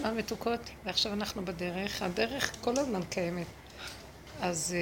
מתוקות, ועכשיו אנחנו בדרך. הדרך כל הזמן קיימת. אז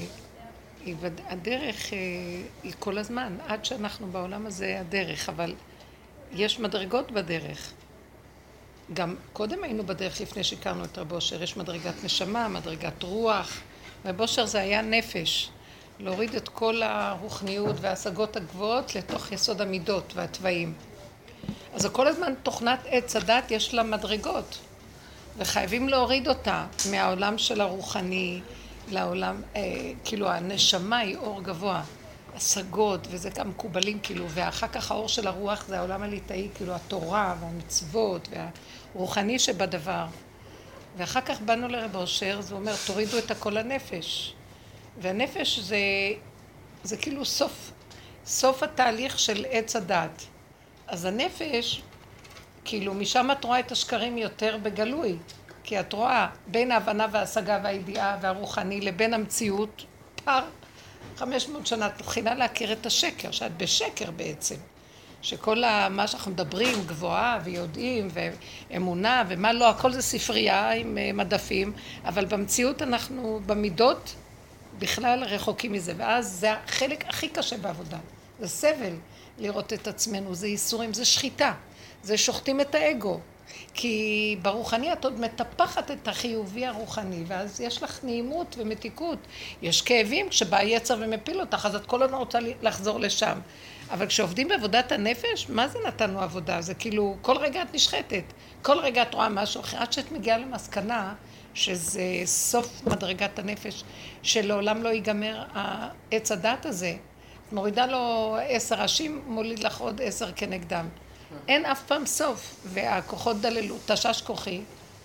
הדרך היא כל הזמן, עד שאנחנו בעולם הזה הדרך, אבל יש מדרגות בדרך. גם קודם היינו בדרך לפני שהכרנו את רב אושר, יש מדרגת נשמה, מדרגת רוח. רב אושר זה היה נפש, להוריד את כל הרוחניות וההשגות הגבוהות לתוך יסוד המידות והטבעים. אז כל הזמן תוכנת עץ הדת יש לה מדרגות. וחייבים להוריד אותה מהעולם של הרוחני לעולם, כאילו הנשמה היא אור גבוה, השגות, וזה גם מקובלים כאילו, ואחר כך האור של הרוח זה העולם הליטאי, כאילו התורה והמצוות והרוחני שבדבר. ואחר כך באנו לרב אושר, זה אומר תורידו את הכל הנפש. והנפש זה כאילו סוף התהליך של עץ הדת. אז הנפש, כאילו משם את רואה את השקרים יותר בגלוי, כי את רואה בין ההבנה וההשגה והידיעה והרוחני לבין המציאות פער 500 שנה. את מתחילה להכיר את השקר, שאת בשקר בעצם, שכל מה שאנחנו מדברים גבוהה ויודעים ואמונה ומה לא, הכל זה ספרייה עם מדפים, אבל במציאות אנחנו במידות בכלל רחוקים מזה, ואז זה החלק הכי קשה בעבודה, זה סבל לראות את עצמנו, זה ייסורים, זה שחיטה, זה שוחטים את האגו, כי ברוחני את עוד מטפחת את החיובי הרוחני, ואז יש לך נעימות ומתיקות, יש כאבים כשבא יצר ומפיל אותך, אז את כל הזמן רוצה לחזור לשם, אבל כשעובדים בעבודת הנפש, מה זה נתנו עבודה? זה כאילו כל רגע את נשחטת, כל רגע את רואה משהו אחר, עד שאת מגיעה למסקנה שזה סוף מדרגת הנפש, שלעולם לא ייגמר העץ הדת הזה. את מורידה לו 10 ראשים, מוליד לך עוד 10 כנגדם. אין אף פעם סוף, והכוחות דללו, תשש כוחי,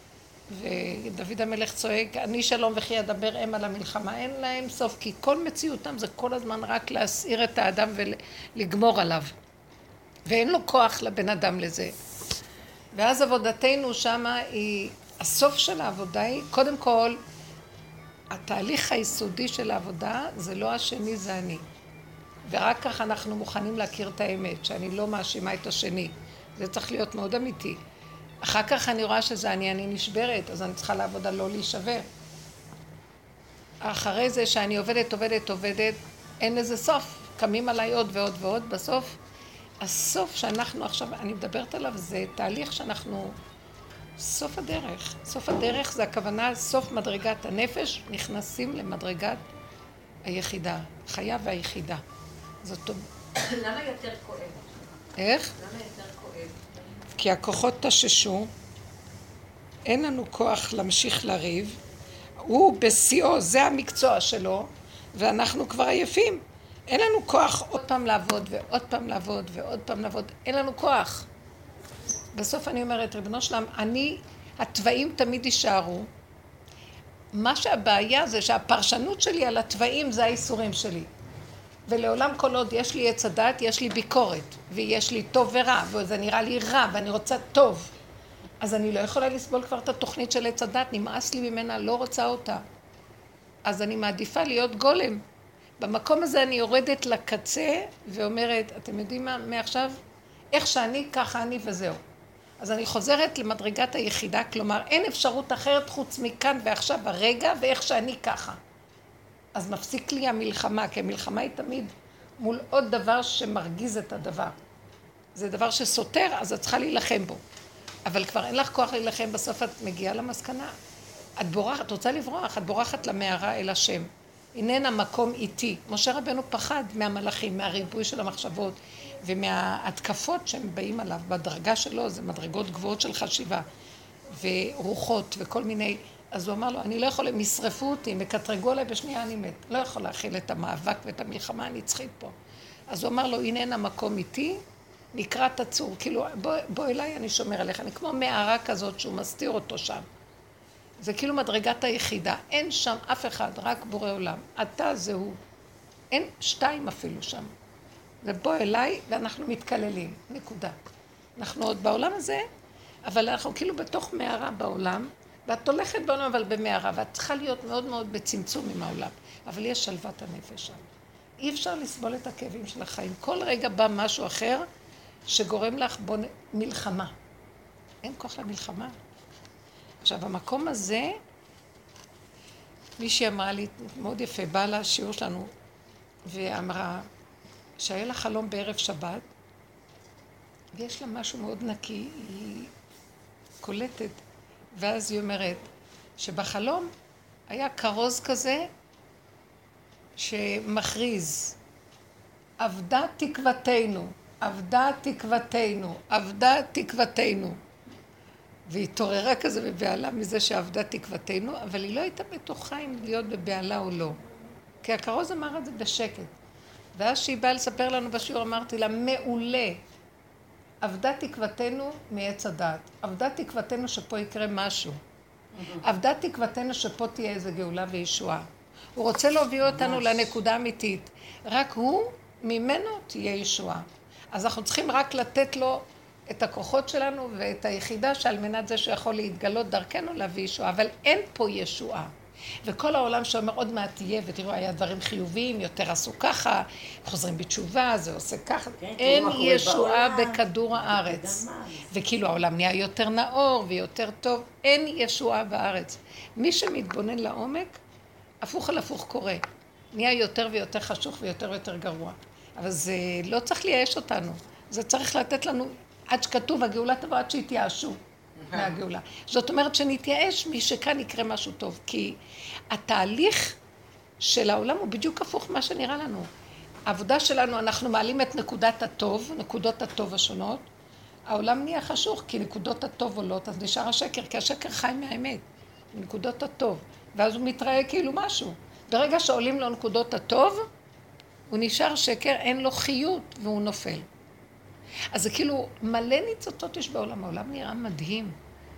ודוד המלך צועק, אני שלום וכי אדבר הם על המלחמה, אין להם סוף, כי כל מציאותם זה כל הזמן רק להסעיר את האדם ולגמור עליו. ואין לו כוח לבן אדם לזה. ואז עבודתנו שמה היא, הסוף של העבודה היא, קודם כל, התהליך היסודי של העבודה זה לא השני, זה אני. ורק כך אנחנו מוכנים להכיר את האמת, שאני לא מאשימה את השני. זה צריך להיות מאוד אמיתי. אחר כך אני רואה שזה אני נשברת, אז אני צריכה לעבוד על לא להישבר. אחרי זה שאני עובדת, אין לזה סוף. קמים עליי עוד ועוד ועוד, בסוף. הסוף שאנחנו עכשיו, אני מדברת עליו, זה תהליך שאנחנו, סוף הדרך. סוף הדרך זה הכוונה, סוף מדרגת הנפש, נכנסים למדרגת היחידה, חיה והיחידה. זאת אומרת... למה יותר כואב? איך? למה יותר כואב? כי הכוחות תששו, אין לנו כוח להמשיך לריב, הוא בשיאו, זה המקצוע שלו, ואנחנו כבר עייפים. אין לנו כוח עוד פעם לעבוד ועוד פעם לעבוד ועוד פעם לעבוד, אין לנו כוח. בסוף אני אומרת, ריבונו שלם, התוואים תמיד יישארו. מה שהבעיה זה שהפרשנות שלי על התוואים זה האיסורים שלי. ולעולם כל עוד יש לי עץ הדת, יש לי ביקורת, ויש לי טוב ורע, וזה נראה לי רע, ואני רוצה טוב. אז אני לא יכולה לסבול כבר את התוכנית של עץ הדת, נמאס לי ממנה, לא רוצה אותה. אז אני מעדיפה להיות גולם. במקום הזה אני יורדת לקצה ואומרת, אתם יודעים מה, מעכשיו, איך שאני, ככה אני וזהו. אז אני חוזרת למדרגת היחידה, כלומר, אין אפשרות אחרת חוץ מכאן ועכשיו הרגע, ואיך שאני ככה. אז מפסיק לי המלחמה, כי המלחמה היא תמיד מול עוד דבר שמרגיז את הדבר. זה דבר שסותר, אז את צריכה להילחם בו. אבל כבר אין לך כוח להילחם, בסוף את מגיעה למסקנה. את בורחת, את רוצה לברוח, את בורחת למערה אל השם. איננה מקום איתי. משה רבנו פחד מהמלאכים, מהריבוי של המחשבות, ומההתקפות שהם באים עליו. בדרגה שלו זה מדרגות גבוהות של חשיבה, ורוחות וכל מיני... אז הוא אמר לו, אני לא יכול, הם ישרפו אותי, הם יקטרגו עליי בשנייה, אני מת. לא יכול להכיל את המאבק ואת המלחמה הנצחית פה. אז הוא אמר לו, הנה המקום איתי, נקרא תצור, כאילו, בוא אליי, אני שומר עליך. אני כמו מערה כזאת שהוא מסתיר אותו שם. זה כאילו מדרגת היחידה. אין שם אף אחד, רק בורא עולם. אתה זהו. אין 2 אפילו שם. ובוא אליי ואנחנו מתקללים. נקודה. אנחנו עוד בעולם הזה, אבל אנחנו כאילו בתוך מערה בעולם, ואת הולכת בעולם אבל במערה, ואת צריכה להיות מאוד מאוד בצמצום עם העולם. אבל יש שלוות הנפש שם. אי אפשר לסבול את הכאבים של החיים. כל רגע בא משהו אחר שגורם לך מלחמה. אין כוח למלחמה. עכשיו, המקום הזה, מישהי אמרה לי, מאוד יפה, באה לשיעור שלנו, ואמרה שהיה לה חלום בערב שבת, ויש לה משהו מאוד נקי, היא קולטת, ואז היא אומרת שבחלום היה כרוז כזה שמכריז, עבדה תקוותנו, עבדה תקוותנו, עבדה תקוותנו. והיא התעוררה כזה בבעלה מזה שעבדה תקוותנו, אבל היא לא הייתה בטוחה אם להיות בבעלה או לא. כי הכרוז אמר את זה בשקט. ואז שהיא באה לספר לנו בשיעור, אמרתי לה, מעולה. עבדה תקוותנו מעץ הדעת. עבדה תקוותנו שפה יקרה משהו. עבדה תקוותנו שפה תהיה איזו גאולה וישועה. הוא רוצה להביא אותנו לנקודה האמיתית. רק הוא, ממנו תהיה ישועה. אז אנחנו צריכים רק לתת לו את הכוחות שלנו ואת היחידה שעל מנת זה שיכול להתגלות דרכנו להביא ישועה. אבל אין פה ישועה. וכל העולם שאומר עוד מעט תהיה, ותראו, היה דברים חיוביים, יותר עשו ככה, חוזרים בתשובה, זה עושה ככה. אין ישועה בכדור הארץ. וכאילו העולם נהיה יותר נאור ויותר טוב, אין ישועה בארץ. מי שמתבונן לעומק, הפוך על הפוך קורה. נהיה יותר ויותר חשוך ויותר ויותר גרוע. אבל זה לא צריך לייאש אותנו. זה צריך לתת לנו, עד שכתוב, הגאולה תבוא עד שיתייאשו. מהגאולה. זאת אומרת שנתייאש משכאן יקרה משהו טוב, כי התהליך של העולם הוא בדיוק הפוך מה שנראה לנו. העבודה שלנו, אנחנו מעלים את נקודת הטוב, נקודות הטוב השונות, העולם נהיה חשוך, כי נקודות הטוב עולות, אז נשאר השקר, כי השקר חי מהאמת, נקודות הטוב, ואז הוא מתראה כאילו משהו. ברגע שעולים לו נקודות הטוב, הוא נשאר שקר, אין לו חיות, והוא נופל. אז זה כאילו מלא ניצוצות יש בעולם, העולם נראה מדהים.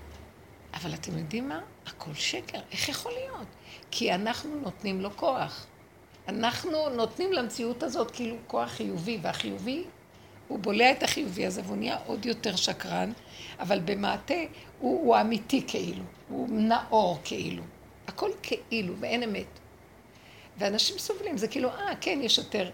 אבל אתם יודעים מה? הכל שקר. איך יכול להיות? כי אנחנו נותנים לו כוח. אנחנו נותנים למציאות הזאת כאילו כוח חיובי, והחיובי הוא בולע את החיובי הזה, והוא נהיה עוד יותר שקרן, אבל במעטה הוא אמיתי כאילו, הוא נאור כאילו. הכל כאילו, ואין אמת. ואנשים סובלים, זה כאילו, כן, יש יותר,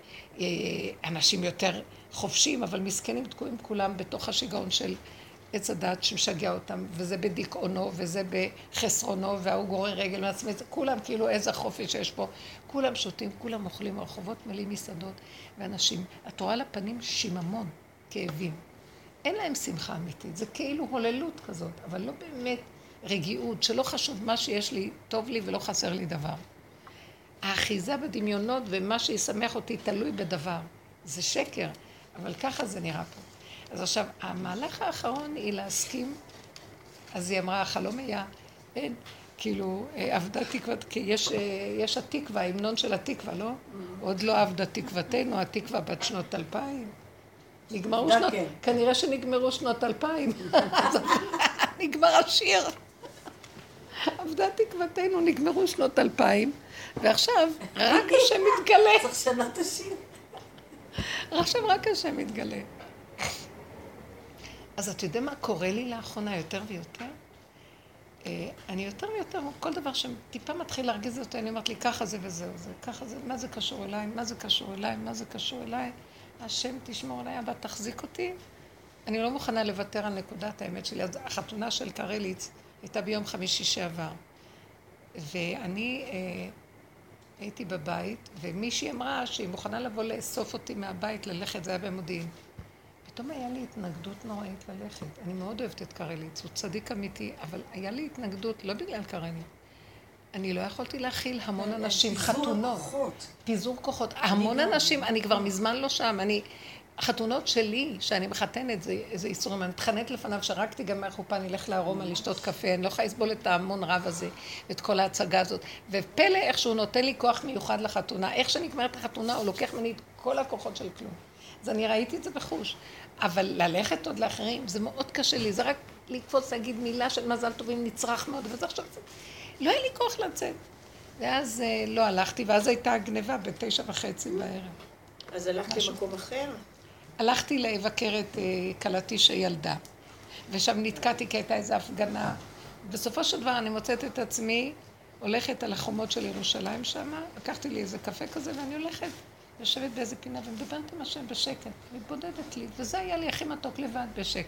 אנשים יותר חופשיים, אבל מסכנים תקועים כולם בתוך השיגעון של עץ הדת שמשגע אותם, וזה בדיכאונו, וזה בחסרונו, והוא גורר רגל מעצמי, כולם כאילו איזה חופש שיש פה, כולם שותים, כולם אוכלים, הרחובות מלאים מסעדות, ואנשים, התורה לפנים שיממון, כאבים. אין להם שמחה אמיתית, זה כאילו הוללות כזאת, אבל לא באמת רגיעות, שלא חשוב מה שיש לי, טוב לי ולא חסר לי דבר. האחיזה בדמיונות ומה שישמח אותי תלוי בדבר. זה שקר, אבל ככה זה נראה פה. אז עכשיו, המהלך האחרון היא להסכים, אז היא אמרה, החלום היה, אין, כאילו, עבדה תקווה, כי יש התקווה, ההמנון של התקווה, לא? עוד לא עבדה תקוותנו, התקווה בת שנות 2000. נגמרו שנות, כנראה שנגמרו שנות 2000. נגמר השיר. עבדה תקוותנו, נגמרו שנות 2000, ועכשיו רק השם מתגלה. צריך שנות השיר. עכשיו רק השם מתגלה. אז אתה יודע מה קורה לי לאחרונה יותר ויותר? אני יותר ויותר, כל דבר שטיפה מתחיל להרגיז אותי, אני אומרת לי, ככה זה וזהו, זה, ככה זה, מה זה קשור אליי, מה זה קשור אליי, מה זה קשור אליי, השם תשמור עליי, אבא תחזיק אותי. אני לא מוכנה לוותר על נקודת האמת שלי. אז החתונה של קרליץ הייתה ביום חמישי שעבר. ואני הייתי בבית, ומישהי אמרה שהיא מוכנה לבוא לאסוף אותי מהבית, ללכת, זה היה במודיעין. פתאום היה לי התנגדות נוראית ללכת. אני מאוד אוהבת את קרליץ, הוא צדיק אמיתי, אבל היה לי התנגדות, לא בגלל קרליץ. אני לא יכולתי להכיל המון אנשים, חתונות. פיזור כוחות. המון אנשים, אני כבר מזמן לא שם, החתונות שלי, שאני מחתנת, זה איסורים, אני מתחננת לפניו שרק תיגמר חופה, אני אלך לארומה לשתות קפה, אני לא יכולה לסבול את ההמון רב הזה, ואת כל ההצגה הזאת. ופלא איך שהוא נותן לי כוח מיוחד לחתונה, איך שנגמרת החתונה, הוא לוקח ממני את כל הכוחות של כלום. אז אני ראיתי את זה בחוש. אבל ללכת עוד לאחרים, זה מאוד קשה לי, זה רק לקפוץ, להגיד מילה של מזל טובים, נצרח מאוד, וזה עכשיו זה. לא היה לי כוח לצאת. ואז לא הלכתי, ואז הייתה גניבה ב9:30 בערב. אז הלכתי למקום אחר? הלכתי לבקר את קלתי שילדה, ושם נתקעתי כי הייתה איזו הפגנה. בסופו של דבר אני מוצאת את עצמי, הולכת על החומות של ירושלים שם, לקחתי לי איזה קפה כזה ואני הולכת, יושבת באיזה פינה ומדברת עם השם בשקט, מתבודדת לי, וזה היה לי הכי מתוק לבד בשקט.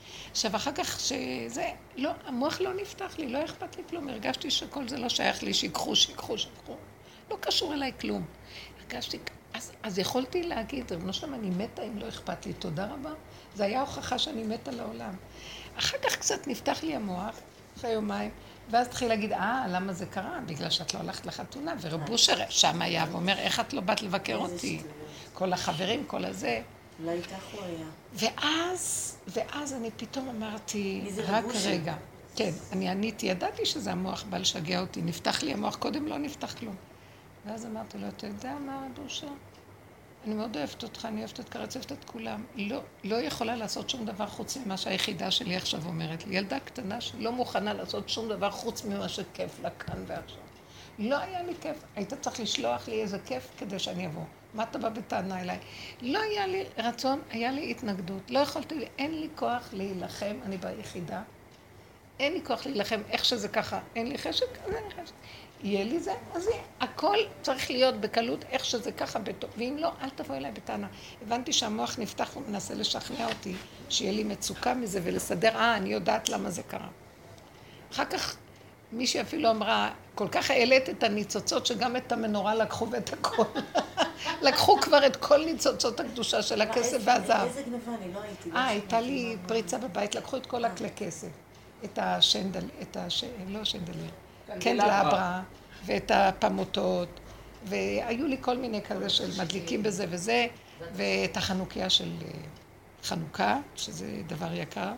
עכשיו, אחר כך שזה, לא, המוח לא נפתח לי, לא אכפת לי כלום, הרגשתי שכל זה לא שייך לי, שיקחו. לא קשור אליי כלום. הרגשתי, אז יכולתי להגיד, רבנו שלם, אני מתה אם לא אכפת לי, תודה רבה. זה היה הוכחה שאני מתה לעולם. אחר כך קצת נפתח לי המוח, אחרי יומיים, ואז התחיל להגיד, למה זה קרה? בגלל שאת לא הלכת לחתונה, ורב בושר שם היה, ואומר, איך את לא באת לבקר אותי? כל החברים, כל הזה. לא איתך הוא היה. ואז אני פתאום אמרתי, רק רגע. כן, אני עניתי, ידעתי שזה המוח בא לשגע אותי, נפתח לי המוח, קודם לא נפתח כלום. ואז אמרתי לו, אתה יודע מה, רב בושר? אני מאוד אוהבת אותך, אני אוהבת את קרץ, אוהבת את כולם. לא יכולה לעשות שום דבר חוץ ממה שהיחידה שלי עכשיו אומרת לי. ילדה קטנה שלא מוכנה לעשות שום דבר חוץ ממה שכיף לה כאן ועכשיו. לא היה לי כיף. היית צריך לשלוח לי איזה כיף כדי שאני אבוא. מה אתה בא בטענה אליי? לא היה לי רצון, היה לי התנגדות. לא יכולתי, אין לי כוח להילחם, אני ביחידה. אין לי כוח להילחם איך שזה ככה. אין לי חשק, אז אין לי חשק. יהיה לי זה, אז יהיה. הכל צריך להיות בקלות, איך שזה ככה, ואם לא, אל תבוא אליי בטענה. הבנתי שהמוח נפתח ומנסה לשכנע אותי, שיהיה לי מצוקה מזה ולסדר, אני יודעת למה זה קרה. אחר כך, מישהי אפילו אמרה, כל כך העלית את הניצוצות, שגם את המנורה לקחו ואת הכל. לקחו כבר את כל ניצוצות הקדושה של הכסף והזהב. איזה גנבה, אני לא הייתי. הייתה לי פריצה בבית, לקחו את כל הכלי כסף. את השנדל, לא שנדליר. קנדלברה, ואת הפמוטות, והיו לי כל מיני כזה של מדליקים בזה וזה, ואת החנוכיה של חנוכה, שזה דבר יקר,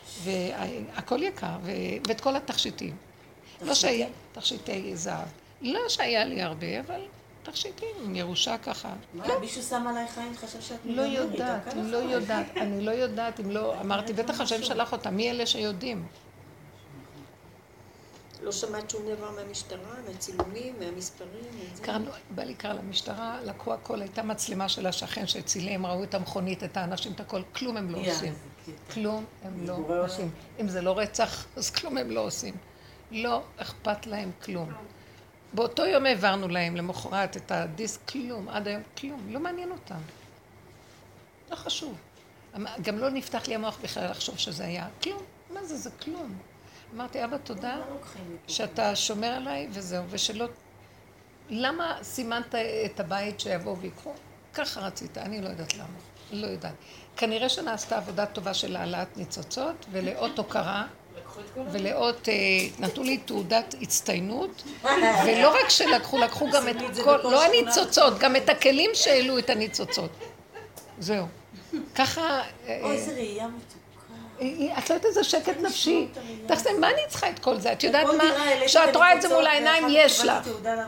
והכל יקר, ואת כל התכשיטים. לא שהיה, תכשיטי זהב. לא שהיה לי הרבה, אבל תכשיטים, ירושה ככה. מה, מישהו שם עלייך עין, חשב שאת לא יודעת, אני לא יודעת, אם לא, אמרתי, בטח השם שלח אותה, מי אלה שיודעים? לא שמעת שום דבר מהמשטרה, מהצילומים, מהמספרים? בא לי קרא למשטרה, לקחו הכל, הייתה מצלמה של השכן שצילם, ראו את המכונית, את האנשים, את הכל, כלום הם לא עושים. כלום הם לא עושים. אם זה לא רצח, אז כלום הם לא עושים. לא אכפת להם כלום. באותו יום העברנו להם למחרת את הדיסק, כלום, עד היום כלום, לא מעניין אותם. לא חשוב. גם לא נפתח לי המוח בכלל לחשוב שזה היה כלום. מה זה? זה כלום. אמרתי, אבא, תודה שאתה שומר עליי וזהו, ושלא... למה סימנת את הבית שיבוא ויקחו? ככה רצית, אני לא יודעת למה. לא יודעת. כנראה שנעשתה עבודה טובה של העלאת ניצוצות, ולאות הוקרה, ולאות נתנו לי תעודת הצטיינות, ולא רק שלקחו, לקחו גם את כל... לא הניצוצות, גם את הכלים שהעלו את הניצוצות. זהו. ככה... אוי, זה ראייה מתוקה. את לא יודעת איזה שקט נפשי. תחשבי, מה אני צריכה את כל זה? את יודעת מה? כשאת רואה את זה מול העיניים, יש לך.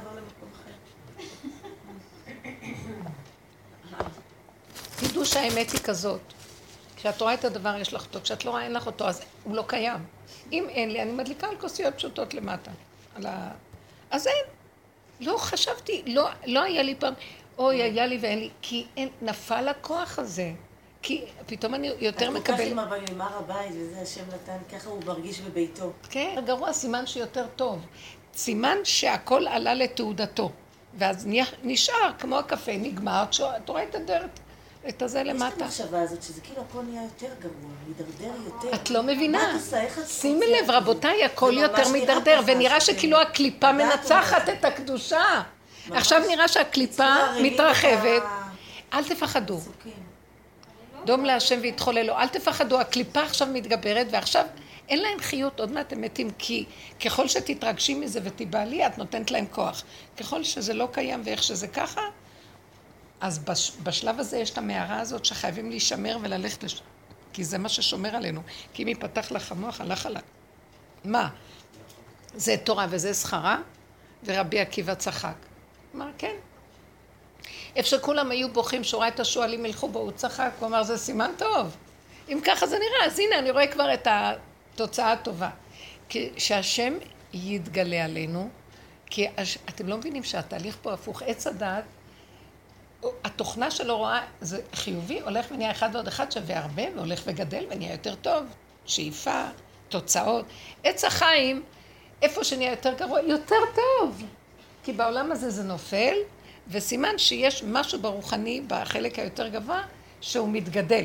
תדעו שהאמת היא כזאת. כשאת רואה את הדבר, יש לך אותו. כשאת לא רואה, אין לך אותו, אז הוא לא קיים. אם אין לי, אני מדליקה על כוסיות פשוטות למטה. אז אין. לא חשבתי, לא היה לי פעם, אוי, היה לי ואין לי, כי נפל הכוח הזה. כי פתאום אני יותר מקבל... את כל כך עם הר הבית וזה השם נתן, ככה הוא מרגיש בביתו. כן, גרוע, סימן שיותר טוב. סימן שהכל עלה לתעודתו. ואז נשאר, כמו הקפה, נגמר, את רואה את הדרת, את הזה למטה. יש את המחשבה הזאת, שזה כאילו הכל נהיה יותר גרוע, מדרדר יותר. את לא מבינה. שימי לב, רבותיי, הכל יותר מדרדר, ונראה שכאילו הקליפה מנצחת את הקדושה. עכשיו נראה שהקליפה מתרחבת. אל תפחדו. דום להשם והתחוללו, אל תפחדו, הקליפה עכשיו מתגברת, ועכשיו אין להם חיות, עוד מעט הם מתים, כי ככל שתתרגשים מזה ותיבעלי, את נותנת להם כוח. ככל שזה לא קיים ואיך שזה ככה, אז בשלב הזה יש את המערה הזאת שחייבים להישמר וללכת כי זה מה ששומר עלינו. כי אם ייפתח לך המוח, הלך עליו. מה? זה תורה וזה שכרה, ורבי עקיבא צחק. מה? כן. איפה שכולם היו בוכים, שהוא ראה את השואלים ילכו בו, הוא צחק, הוא אמר, זה סימן טוב. אם ככה זה נראה, אז הנה, אני רואה כבר את התוצאה הטובה. כי שהשם יתגלה עלינו, כי אתם לא מבינים שהתהליך פה הפוך, עץ הדעת, התוכנה שלו רואה, זה חיובי, הולך ונהיה אחד ועוד אחד שווה הרבה, והולך וגדל ונהיה יותר טוב, שאיפה, תוצאות. עץ החיים, איפה שנהיה יותר גרוע, יותר טוב. כי בעולם הזה זה נופל, וסימן שיש משהו ברוחני, בחלק היותר גבוה, שהוא מתגדל.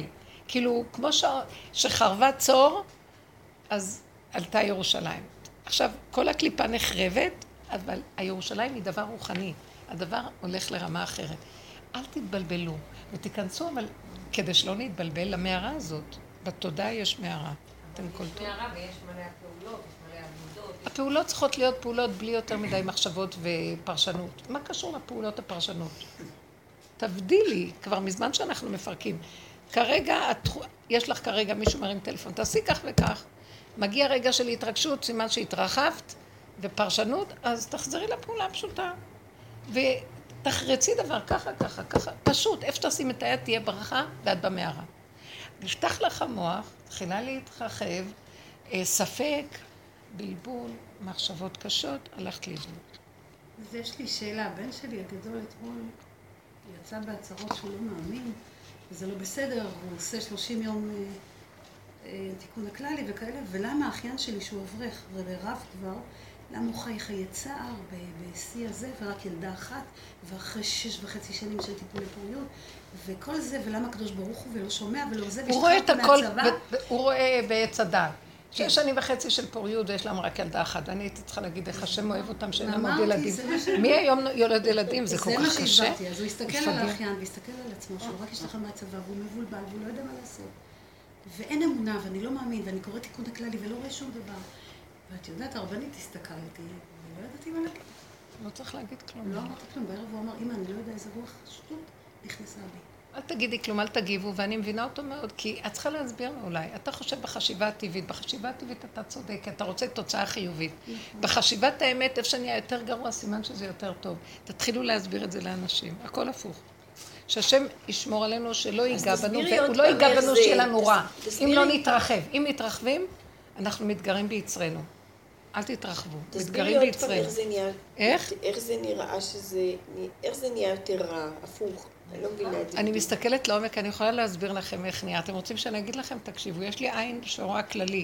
כאילו, כמו שחרבה צור, אז עלתה ירושלים. עכשיו, כל הקליפה נחרבת, אבל הירושלים היא דבר רוחני. הדבר הולך לרמה אחרת. אל תתבלבלו, ותיכנסו, אבל כדי שלא נתבלבל למערה הזאת. בתודעה יש מערה. אתם קולטו? יש מערה ויש מלא הפעולות, יש מלא עבודות. הפעולות צריכות להיות פעולות בלי יותר מדי מחשבות ופרשנות. מה קשור לפעולות הפרשנות? תבדילי, כבר מזמן שאנחנו מפרקים. כרגע, יש לך כרגע מישהו מרים טלפון, תעשי כך וכך. מגיע רגע של התרגשות, סימן שהתרחבת ופרשנות, אז תחזרי לפעולה הפשוטה. ותחרצי דבר ככה, ככה, ככה. פשוט, איפה שתשים את היד תהיה ברכה ואת במערה. נפתח לך המוח, תחילה להתרחב, ספק, בלבול, מחשבות קשות, הלכת לבנות. אז יש לי שאלה, הבן שלי הגדול אתמול יצא בהצהרות שהוא לא מאמין, וזה לא בסדר, הוא עושה 30 יום תיקון הכללי וכאלה, ולמה האחיין שלי שהוא אברך ורב כבר, למה הוא חי חיי צער בשיא הזה, ורק ילדה אחת, ואחרי 6.5 שנים של טיפולי פוריות, וכל זה, ולמה הקדוש ברוך הוא ולא שומע ולא זה, הוא רואה את הכל, הוא רואה בעץ הדעת. 6.5 שנים של פוריות ויש להם רק ילדה אחת. אני הייתי צריכה להגיד איך השם אוהב אותם שאין להם עוד ילדים. מי היום יולד ילדים? זה כל כך קשה. זה מה שהסברתי, אז הוא הסתכל על האחיין והסתכל על עצמו, שהוא רק ישתחרר מהצבא והוא מבולבל והוא לא יודע מה לעשות. ואין אמונה ואני לא מאמין ואני קוראת תיקון הכללי ולא רואה שום דבר. ואת יודעת, הרבנית הסתכלתי ולא ידעתי מה להגיד. לא צריך להגיד כלום. לא אמרתי כלום, בערב הוא אמר, אמא, אני לא יודע איזה רוח שטות נכנסה בי. אל תגידי כלום, אל תגיבו, ואני מבינה אותו מאוד, כי את צריכה להסביר לו אולי. אתה חושב בחשיבה הטבעית, בחשיבה הטבעית אתה צודק, אתה רוצה תוצאה חיובית. בחשיבת האמת, איפה שנהיה יותר גרוע, סימן שזה יותר טוב. תתחילו להסביר את זה לאנשים, הכל הפוך. שהשם ישמור עלינו שלא ייגע בנו, והוא לא ייגע בנו שיהיה לנו רע. אם לא נתרחב, אם מתרחבים, אנחנו מתגרים ביצרנו. אל תתרחבו, מתגרים ביצרנו. איך זה נראה שזה, איך זה נהיה יותר רע, הפוך. אני לא מבינה את זה. אני מסתכלת לעומק, אני יכולה להסביר לכם איך נהיה. אתם רוצים שאני אגיד לכם, תקשיבו, יש לי עין שרואה כללי.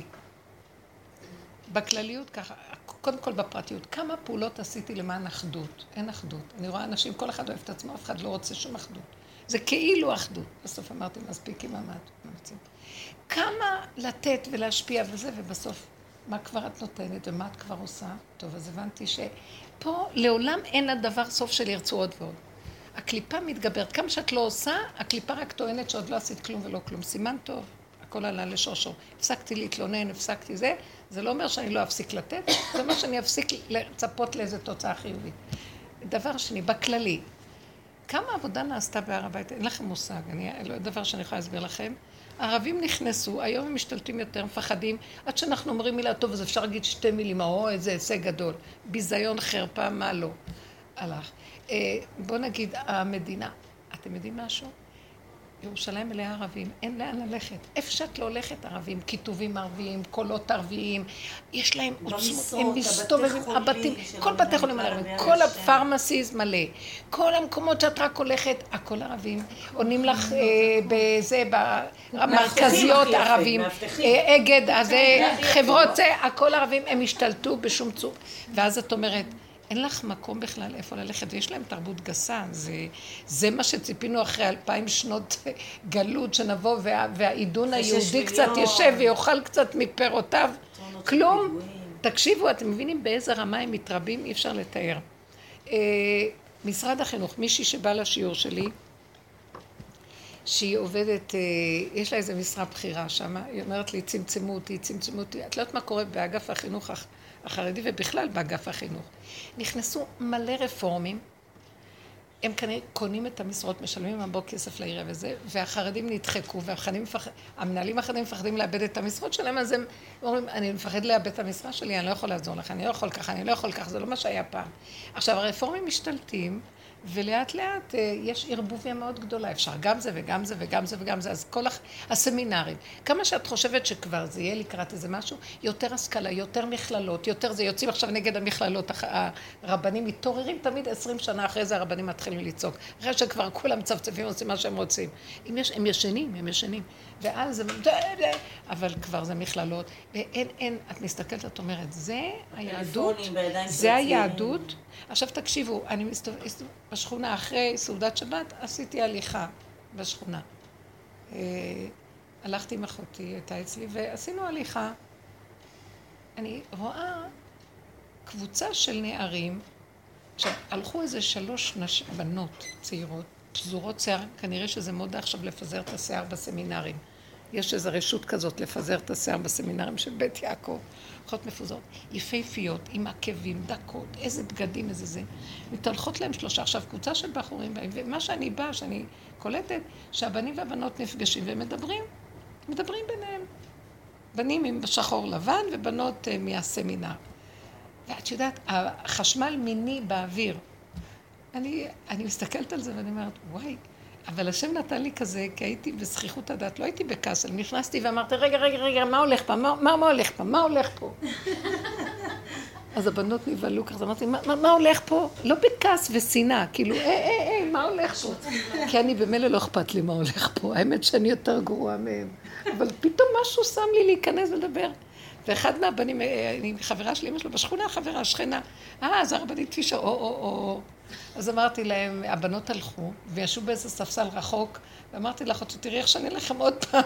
בכלליות ככה, קודם כל בפרטיות, כמה פעולות עשיתי למען אחדות? אין אחדות. אני רואה אנשים, כל אחד אוהב את עצמו, אף אחד לא רוצה שום אחדות. זה כאילו אחדות. בסוף אמרתי, מספיק עם המאמצים. כמה לתת ולהשפיע וזה, ובסוף, מה כבר את נותנת ומה את כבר עושה? טוב, אז הבנתי שפה לעולם אין הדבר סוף של ירצו עוד ועוד. הקליפה מתגברת. כמה שאת לא עושה, הקליפה רק טוענת שעוד לא עשית כלום ולא כלום. סימן טוב, הכל עלה לשורשו. הפסקתי להתלונן, הפסקתי זה. זה לא אומר שאני לא אפסיק לתת, זה אומר שאני אפסיק לצפות לאיזו תוצאה חיובית. דבר שני, בכללי, כמה עבודה נעשתה בהר הבית? אין לכם מושג, לא דבר שאני יכולה להסביר לכם. הערבים נכנסו, היום הם משתלטים יותר, מפחדים, עד שאנחנו אומרים מילה טוב, אז אפשר להגיד 2 מילים, או איזה הישג גדול. ביזיון, חרפה, מה לא. הלך. בוא נגיד, המדינה, אתם יודעים משהו? ירושלים מלאה ערבים, אין לאן ללכת. איפה שאת לא הולכת ערבים, כיתובים ערביים, קולות ערביים, יש להם עוצמות, הם מסתובבים, הבתים, כל בתי חולים ערבים, כל הפרמסיז מלא, כל המקומות שאת רק הולכת, הכל ערבים, עונים לך בזה, במרכזיות ערבים, אגד, אז חברות זה, הכל ערבים, הם השתלטו בשום צור. ואז את אומרת, אין לך מקום בכלל איפה ללכת, ויש להם תרבות גסה, זה מה שציפינו אחרי 2000 שנות גלות, שנבוא והעידון היהודי קצת ישב ויאכל קצת מפירותיו, כלום. תקשיבו, אתם מבינים באיזה רמה הם מתרבים, אי אפשר לתאר. משרד החינוך, מישהי שבא לשיעור שלי, שהיא עובדת, יש לה איזה משרה בחירה שם, היא אומרת לי, צמצמו אותי, צמצמו אותי, את לא יודעת מה קורה באגף החינוך החרדי ובכלל באגף החינוך. נכנסו מלא רפורמים, הם כנראה קונים את המשרות, משלמים הרבה כסף לעירייה וזה, והחרדים נדחקו, והמנהלים החרדים מפחדים לאבד את המשרות שלהם, אז הם אומרים, אני מפחד לאבד את המשרה שלי, אני לא יכול לעזור לך, אני לא יכול ככה, אני לא יכול ככה, זה לא מה שהיה פעם. עכשיו, הרפורמים משתלטים, ולאט לאט יש ערבוביה מאוד גדולה, אפשר גם זה וגם זה וגם זה וגם זה, אז כל הסמינרים, כמה שאת חושבת שכבר זה יהיה לקראת איזה משהו, יותר השכלה, יותר מכללות, יותר זה, יוצאים עכשיו נגד המכללות, הרבנים מתעוררים תמיד 20 שנה אחרי זה הרבנים מתחילים לצעוק, אחרי שכבר כולם צפצפים עושים מה שהם רוצים, הם ישנים, ואז זה, אבל כבר זה מכללות, ואין, את מסתכלת, את אומרת, זה היהדות, זה היהדות, עכשיו תקשיבו, אני בשכונה אחרי סעודת שבת, עשיתי הליכה בשכונה. הלכתי עם אחותי, הייתה אצלי, ועשינו הליכה. אני רואה קבוצה של נערים, עכשיו, הלכו איזה 3 בנות צעירות, פזורות שיער, כנראה שזה מודה עכשיו לפזר את השיער בסמינרים. יש איזו רשות כזאת לפזר את השיער בסמינרים של בית יעקב. הולכות מפוזרות, יפהפיות, עם עקבים, דקות, איזה בגדים, איזה זה. מתהלכות להם 3. עכשיו, קבוצה של בחורים באים, ומה שאני באה, שאני קולטת, שהבנים והבנות נפגשים ומדברים, מדברים ביניהם. בנים עם שחור לבן ובנות מהסמינר. ואת יודעת, החשמל מיני באוויר. אני מסתכלת על זה ואני אומרת, וואי, אבל השם נתן לי כזה, כי הייתי בזכיחות הדעת, לא הייתי בקסל, נכנסתי ואמרתי, רגע, מה הולך פה? מה הולך פה? אז הבנות נבהלו ככה, אמרתי, מה הולך פה? לא בכעס ושנאה, כאילו, מה הולך פה? כי אני במילא לא אכפת לי מה הולך פה, האמת שאני יותר גרועה מהם. אבל פתאום משהו שם לי להיכנס ולדבר. ואחד מהבנים, אני חברה של אמא שלו, בשכונה חברה, שכנה, אז הרבנית תפישה, אז אמרתי להם, הבנות הלכו, וישו באיזה ספסל רחוק, ואמרתי לך, תראי איך שאני לכם עוד פעם.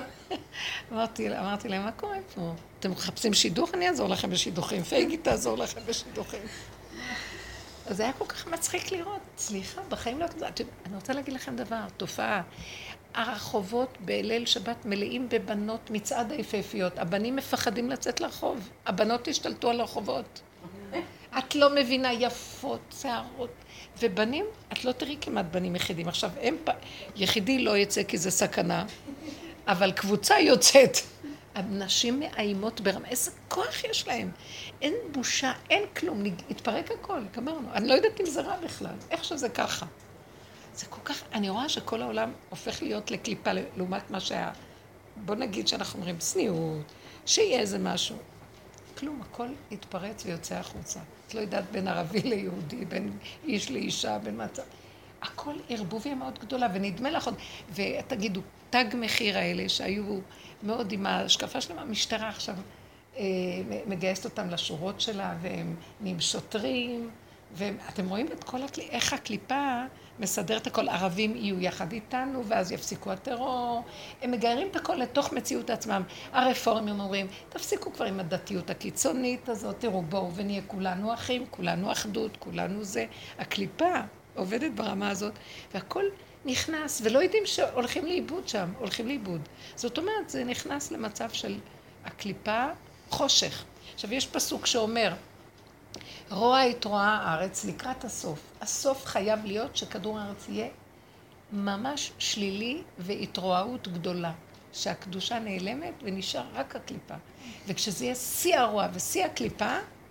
אמרתי להם, מה קורה פה? אתם מחפשים שידוך? אני אעזור לכם בשידוכים. פייגי תעזור לכם בשידוכים. אז זה היה כל כך מצחיק לראות. סליחה, בחיים לא כזה. אני רוצה להגיד לכם דבר, תופעה. הרחובות בליל שבת מלאים בבנות מצעד היפהפיות. הבנים מפחדים לצאת לרחוב. הבנות השתלטו על הרחובות. את לא מבינה, יפות, שערות. ובנים, את לא תראי כמעט בנים יחידים. עכשיו, יחידי לא יצא כי זה סכנה, אבל קבוצה יוצאת. הנשים מאיימות ברמה, איזה כוח יש להם. אין בושה, אין כלום, התפרק הכל, גמרנו. אני לא יודעת אם זה רע בכלל, איך שזה ככה. זה כל כך, אני רואה שכל העולם הופך להיות לקליפה לעומת מה שהיה. בוא נגיד שאנחנו אומרים צניעות, שיהיה איזה משהו. כלום, הכל יתפרץ ויוצא החוצה. את לא יודעת בין ערבי ליהודי, בין איש לאישה, בין מצב. הכל ערבוביה מאוד גדולה, ונדמה לך עוד, ותגידו, תג מחיר האלה שהיו מאוד עם ההשקפה שלהם, המשטרה עכשיו מגייסת אותם לשורות שלה, והם נהיים שוטרים, ואתם רואים את כל איך הקליפה מסדרת הכל, ערבים יהיו יחד איתנו, ואז יפסיקו הטרור, הם מגיירים את הכל לתוך מציאות עצמם. הרפורמים אומרים, תפסיקו כבר עם הדתיות הקיצונית הזאת, תראו בואו ונהיה כולנו אחים, כולנו אחדות, כולנו זה. הקליפה עובדת ברמה הזאת, והכל נכנס, ולא יודעים שהולכים לאיבוד שם, הולכים לאיבוד. זאת אומרת, זה נכנס למצב של הקליפה חושך. עכשיו, יש פסוק שאומר, רוע יתרועה הארץ לקראת הסוף. הסוף חייב להיות שכדור הארץ יהיה ממש שלילי והתרועעות גדולה. שהקדושה נעלמת ונשאר רק הקליפה. וכשזה יהיה שיא הרוע ושיא הקליפה,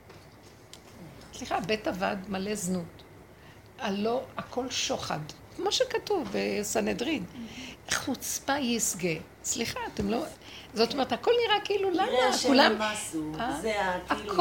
סליחה, בית עבד מלא זנות. הלא הכל שוחד. כמו שכתוב בסנהדרין. חוצפה יסגה. סליחה, אתם לא... זאת אומרת, הכל נראה כאילו למה, כולם... זה כאילו,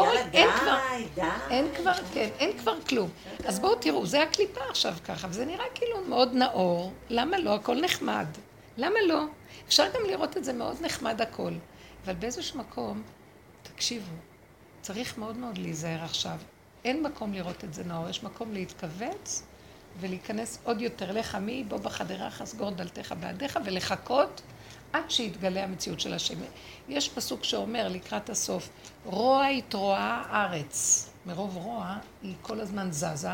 יאללה, אין כבר כלום. אז בואו תראו, זה הקליפה עכשיו ככה, וזה נראה כאילו מאוד נאור. למה לא? הכל נחמד. למה לא? אפשר גם לראות את זה מאוד נחמד הכל. אבל באיזשהו מקום, תקשיבו, צריך מאוד מאוד להיזהר עכשיו. אין מקום לראות את זה נאור, יש מקום להתכווץ ולהיכנס עוד יותר לך מי, בוא בחדרך, סגור דלתך בעדיך ולחכות עד שיתגלה המציאות של השם. יש פסוק שאומר לקראת הסוף, רוע יתרועה הארץ. מרוב רוע היא כל הזמן זזה,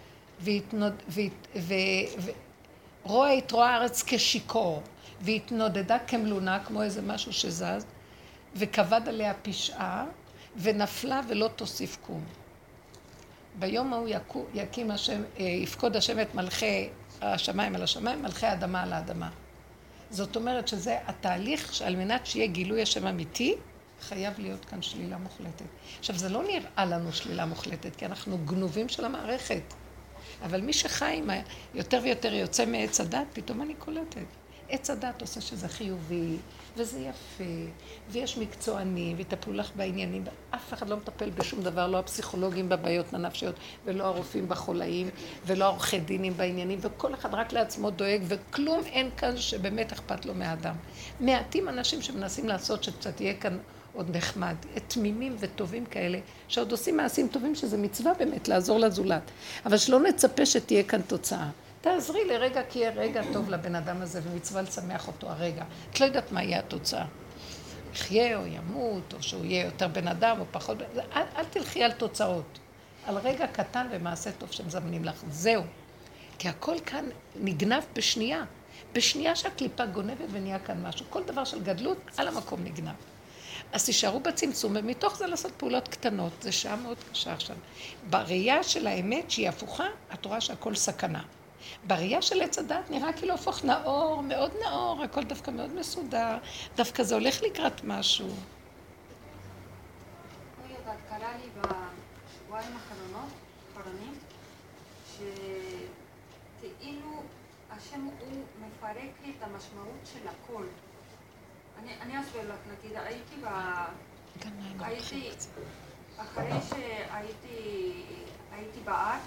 רוע יתרועה הארץ כשיקור, והתנודדה כמלונה כמו איזה משהו שזז, וכבד עליה פשעה, ונפלה ולא תוסיף קום. ביום ההוא יקים השם, יפקוד השם את מלכי השמיים על השמיים, מלכי האדמה על האדמה. זאת אומרת שזה התהליך שעל מנת שיהיה גילוי השם אמיתי, חייב להיות כאן שלילה מוחלטת. עכשיו, זה לא נראה לנו שלילה מוחלטת, כי אנחנו גנובים של המערכת. אבל מי שחי יותר ויותר יוצא מעץ הדת, פתאום אני קולטת. עץ הדת עושה שזה חיובי, וזה יפה, ויש מקצוענים, ויטפלו לך בעניינים. אף אחד לא מטפל בשום דבר, לא הפסיכולוגים בבעיות הנפשיות, ולא הרופאים בחולאים, ולא העורכי דינים בעניינים, וכל אחד רק לעצמו דואג, וכלום אין כאן שבאמת אכפת לו מהאדם. מעטים אנשים שמנסים לעשות שקצת יהיה כאן עוד נחמד, תמימים וטובים כאלה, שעוד עושים מעשים טובים, שזה מצווה באמת לעזור לזולת. אבל שלא נצפה שתהיה כאן תוצאה. תעזרי לרגע, כי יהיה רגע טוב לבן אדם הזה, ומצווה לשמח אותו הרגע. את לא יודעת מה יהיה התוצאה. יחיה או ימות, או שהוא יהיה יותר בן אדם או פחות, אל תלכי על תוצאות. על רגע קטן ומעשה טוב שמזמנים לך. זהו. כי הכל כאן נגנב בשנייה. בשנייה שהקליפה גונבת ונהיה כאן משהו. כל דבר של גדלות על המקום נגנב. אז תישארו בצמצום, ומתוך זה לעשות פעולות קטנות. זה שעה מאוד קשה עכשיו. בראייה של האמת שהיא הפוכה, את רואה שהכל סכנה. בראייה של עץ הדת נראה כאילו הפוך נאור, מאוד נאור, הכל דווקא מאוד מסודר. דווקא זה הולך לקראת משהו. לא יודעת, קרה לי בשבועיים האחרונים, שכאילו השם הוא מפרק לי את המשמעות של הכל. אני אסביר לך, נגיד, הייתי, אחרי שהייתי בארץ,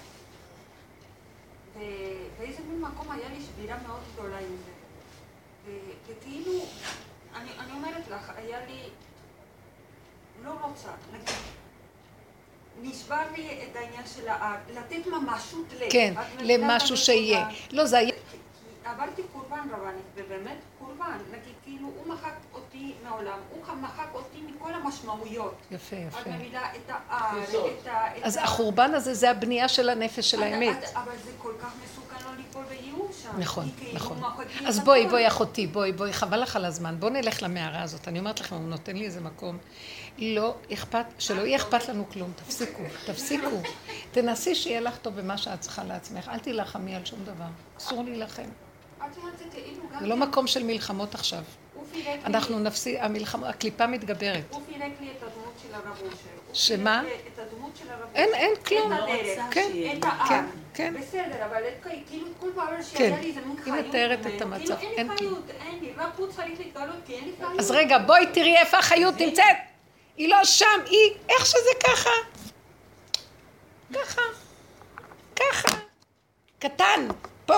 ובאיזה מין מקום היה לי שבירה מאוד גדולה עם זה. וכאילו, אני אומרת לך, היה לי, לא רוצה, נגיד, נשבר לי את העניין של לתת ממשות לב. כן, למשהו שיהיה. לא, זה היה... עברתי קורבן רבנית, ובאמת קורבן, נגיד, כאילו, הוא מחק אותי מעולם, הוא מחק אותי מכל המשמעויות. יפה, יפה. את מבינה את האר, אז החורבן הזה זה הבנייה של הנפש של האמת. אבל זה כל כך מסוכן לא ליפול בייאוש שם. נכון, נכון. אז בואי אחותי, בואי, חבל לך על הזמן. בואו נלך למערה הזאת. אני אומרת לכם, הוא נותן לי איזה מקום. לא אכפת, שלא יהיה אכפת לנו כלום. תפסיקו. תנסי שיהיה לך טוב במה שאת צריכה לעצמך. אל תילחמי על שום דבר. אסור להילחם. זה לא מקום של מלחמות עכשיו. אנחנו נפסיד, הקליפה מתגברת. הוא פילק לי את הדמות של הרב אושר. שמה? את הדמות של הרב אושר. אין כלום. את הדרך. את האר. בסדר, אבל כאילו כל פעם שהיה לי איזה מין חיות. היא מתארת את המצב. אין לי חיות, אין לי. רק הוא צריך להתגלות, כי אין לי חיות. אז רגע, בואי תראי איפה החיות נמצאת. היא לא שם, היא, איך שזה ככה. ככה. קטן, פה.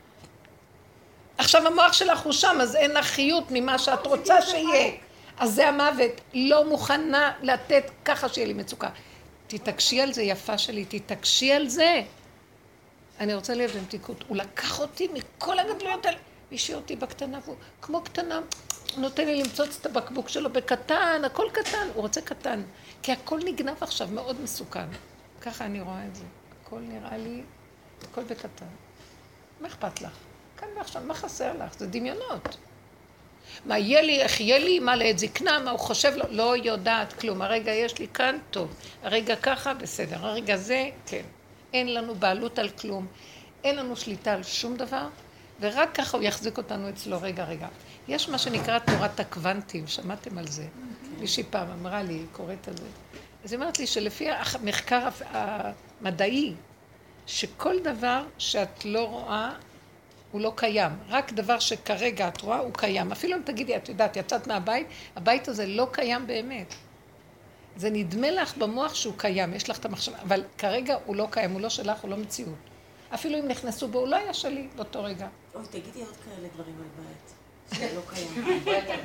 עכשיו המוח שלך הוא שם, אז אין לך חיות ממה שאת רוצה שיהיה. אז זה המוות. לא מוכנה לתת ככה שיהיה לי מצוקה. תתעקשי על זה, יפה שלי, תתעקשי על זה. אני רוצה להיות במתיקות. הוא לקח אותי מכל הגדלויות האלה, והשאיר אותי בקטנה, והוא כמו קטנה, הוא נותן לי למצוץ את הבקבוק שלו בקטן, הכל קטן, הוא רוצה קטן. כי הכל נגנב עכשיו, מאוד מסוכן. ככה אני רואה את זה. הכל נראה לי, הכל בקטן. מה אכפת לך? כאן ועכשיו, מה חסר לך? זה דמיונות. מה יהיה לי, איך יהיה לי, מה לעת זקנה, מה הוא חושב לו, לא יודעת כלום. הרגע יש לי כאן, טוב. הרגע ככה, בסדר. הרגע זה, כן. אין לנו בעלות על כלום. אין לנו שליטה על שום דבר, ורק ככה הוא יחזיק אותנו אצלו. רגע. יש מה שנקרא תורת הקוונטים, שמעתם על זה? מישהי פעם אמרה לי, היא קוראת על זה. אז היא אמרת לי שלפי המחקר המדעי, שכל דבר שאת לא רואה, הוא לא קיים. רק דבר שכרגע את רואה, הוא קיים. אפילו אם תגידי, את יודעת, יצאת מהבית, הבית הזה לא קיים באמת. זה נדמה לך במוח שהוא קיים, יש לך את המחשבה, אבל כרגע הוא לא קיים, הוא לא שלך, הוא לא מציאות. אפילו אם נכנסו בו, הוא לא היה שלי באותו רגע. אוי, תגידי עוד כאלה דברים על בית. זה לא קיים.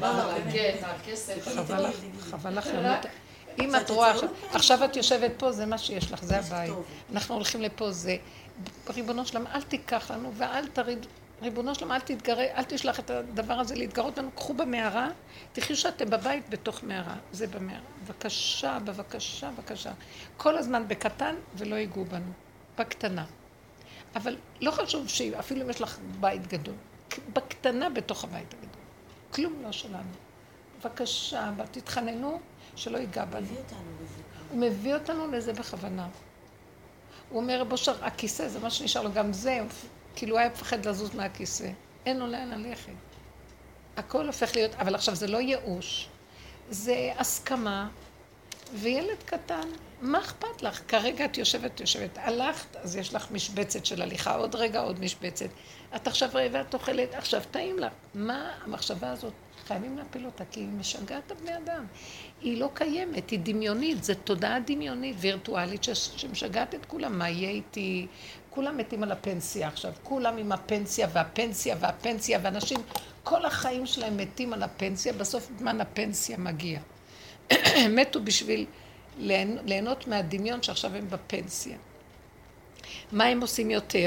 חבל לך למות. אם את רואה, עכשיו את יושבת פה, זה מה שיש לך, זה הבית. אנחנו הולכים לפה, זה... ריבונו שלם, אל תיקח לנו ואל תריד... ריבונו שלם, אל תתגרה, אל תשלח את הדבר הזה להתגרות לנו. קחו במערה, תחיו שאתם בבית בתוך מערה. זה במערה. בבקשה. כל הזמן בקטן ולא ייגעו בנו. בקטנה. אבל לא חשוב שאפילו אם יש לך בית גדול. בקטנה בתוך הבית הגדול. כלום לא שלנו. בבקשה, תתחננו שלא ייגע בנו. הוא מביא אותנו לזה בכוונה. הוא אומר, בושר, הכיסא, זה מה שנשאר לו, גם זה, כאילו היה פחד לזוז מהכיסא. אין לו לאן ללכת. הכל הופך להיות, אבל עכשיו זה לא ייאוש, זה הסכמה, וילד קטן, מה אכפת לך? כרגע את יושבת, הלכת, אז יש לך משבצת של הליכה, עוד רגע עוד משבצת. את עכשיו רעבה, את אוכלת, עכשיו טעים לך. מה המחשבה הזאת? חייבים להפיל אותה, כי היא משגעת את בני אדם. היא לא קיימת, היא דמיונית, זו תודעה דמיונית, וירטואלית, שמשגעת את כולם. מה יהיה איתי? כולם מתים על הפנסיה עכשיו, כולם עם הפנסיה, ואנשים, כל החיים שלהם מתים על הפנסיה, בסוף זמן הפנסיה מגיע. מתו בשביל ליהנות מהדמיון שעכשיו הם בפנסיה. מה הם עושים יותר?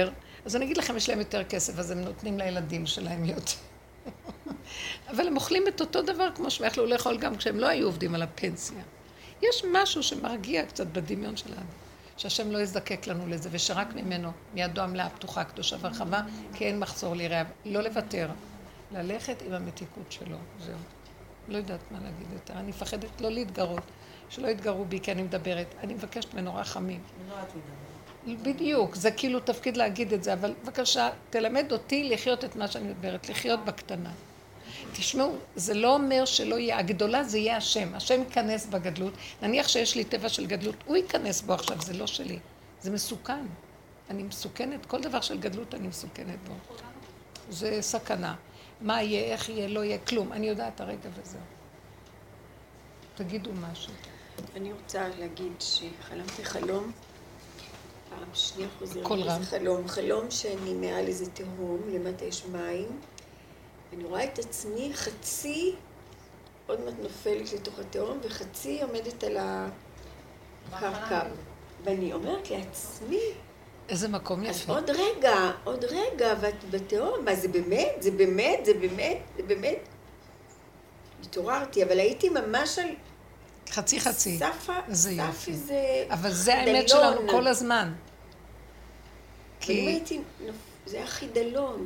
אז אני אגיד לכם, יש להם יותר כסף, אז הם נותנים לילדים שלהם יותר. אבל הם אוכלים את אותו דבר כמו שהם יכלו לאכול גם כשהם לא היו עובדים על הפנסיה. יש משהו שמרגיע קצת בדמיון שלנו, שהשם לא יזדקק לנו לזה, ושרק ממנו, מידו המלאה פתוחה, קדושה ורחבה, כי אין מחסור לרעב. לא לוותר, ללכת עם המתיקות שלו, זהו. לא יודעת מה להגיד יותר, אני מפחדת לא להתגרות, שלא יתגרו בי, כי אני מדברת. אני מבקשת ממנו רחמים. לא את מדברת. בדיוק, זה כאילו תפקיד להגיד את זה, אבל בבקשה, תלמד אותי לחיות את מה שאני מדברת, לחיות בקטנה. תשמעו, זה לא אומר שלא יהיה, הגדולה זה יהיה השם, השם ייכנס בגדלות, נניח שיש לי טבע של גדלות, הוא ייכנס בו עכשיו, זה לא שלי, זה מסוכן, אני מסוכנת, כל דבר של גדלות אני מסוכנת בו, זה סכנה, מה יהיה, איך יהיה, לא יהיה, כלום, אני יודעת הרגע וזהו. תגידו משהו. אני רוצה להגיד שחלמתי חלום, פעם שנייה חוזרת כל רם. חלום שאני מעל איזה תהום, למטה יש מים, אני רואה את עצמי חצי, עוד מעט נופלת לתוך התהום, וחצי עומדת על הקרקע. ואני אומרת לעצמי, איזה מקום אז יפה. עוד רגע, ואת בתהום, מה זה באמת? התעוררתי, אבל הייתי ממש על חצי. סף איזה אבל זה האמת שלנו כל הזמן. כי זה היה חידלון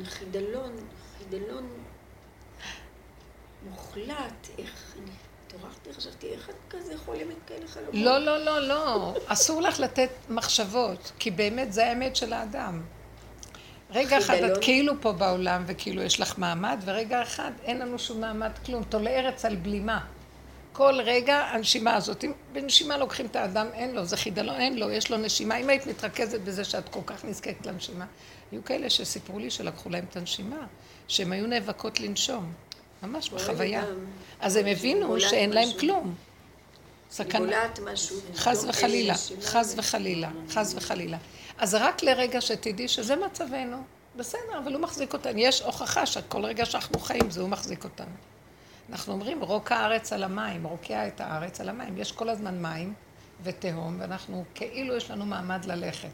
מוחלט, איך אני התעוררתי, חשבתי, איך את כזה חולמת כאלה חלומות? לא, אסור לך לתת מחשבות, כי באמת זה האמת של האדם. רגע אחד את כאילו פה בעולם וכאילו יש לך מעמד, ורגע אחד אין לנו שום מעמד כלום, תולה ארץ על בלימה. כל רגע הנשימה הזאת, אם בנשימה לוקחים את האדם, אין לו, זה חידלון, אין לו, יש לו נשימה. אם היית מתרכזת בזה שאת כל כך נזקקת לנשימה, היו כאלה שסיפרו לי שלקחו להם את הנשימה, שהם היו נאבקות לנשום, ממש בחוויה. אז הם הבינו שאין להם כלום. סכנה. חס וחלילה. אז רק לרגע שתדעי שזה מצבנו, בסדר, אבל הוא מחזיק אותנו. יש הוכחה שכל רגע שאנחנו חיים זה הוא מחזיק אותנו. אנחנו אומרים, רוקע הארץ על המים, רוקע את הארץ על המים. יש כל הזמן מים ותהום, ואנחנו כאילו יש לנו מעמד ללכת.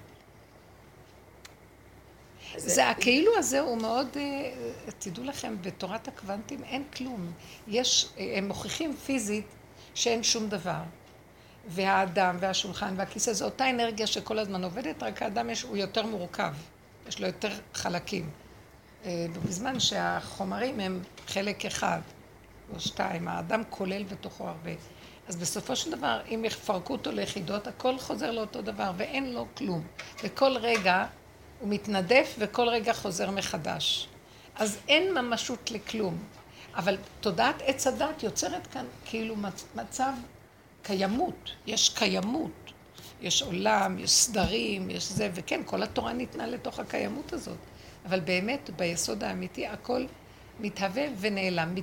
זה הכאילו הזה הוא מאוד, תדעו לכם, בתורת הקוונטים אין כלום. הם מוכיחים פיזית שאין שום דבר. והאדם והשולחן והכיסא, זו אותה אנרגיה שכל הזמן עובדת, רק האדם הוא יותר מורכב, יש לו יותר חלקים. בזמן שהחומרים הם חלק אחד או שתיים, האדם כולל בתוכו הרבה. אז בסופו של דבר, אם יפרקו אותו ליחידות, הכל חוזר לאותו דבר ואין לו כלום. וכל רגע הוא מתנדף וכל רגע חוזר מחדש. אז אין ממשות לכלום. אבל תודעת עץ הדת יוצרת כאן כאילו מצב קיימות, יש קיימות, יש עולם, יש סדרים, יש זה, וכן, כל התורה ניתנה לתוך הקיימות הזאת. אבל באמת, ביסוד האמיתי, הכל מתהווה ונעלם,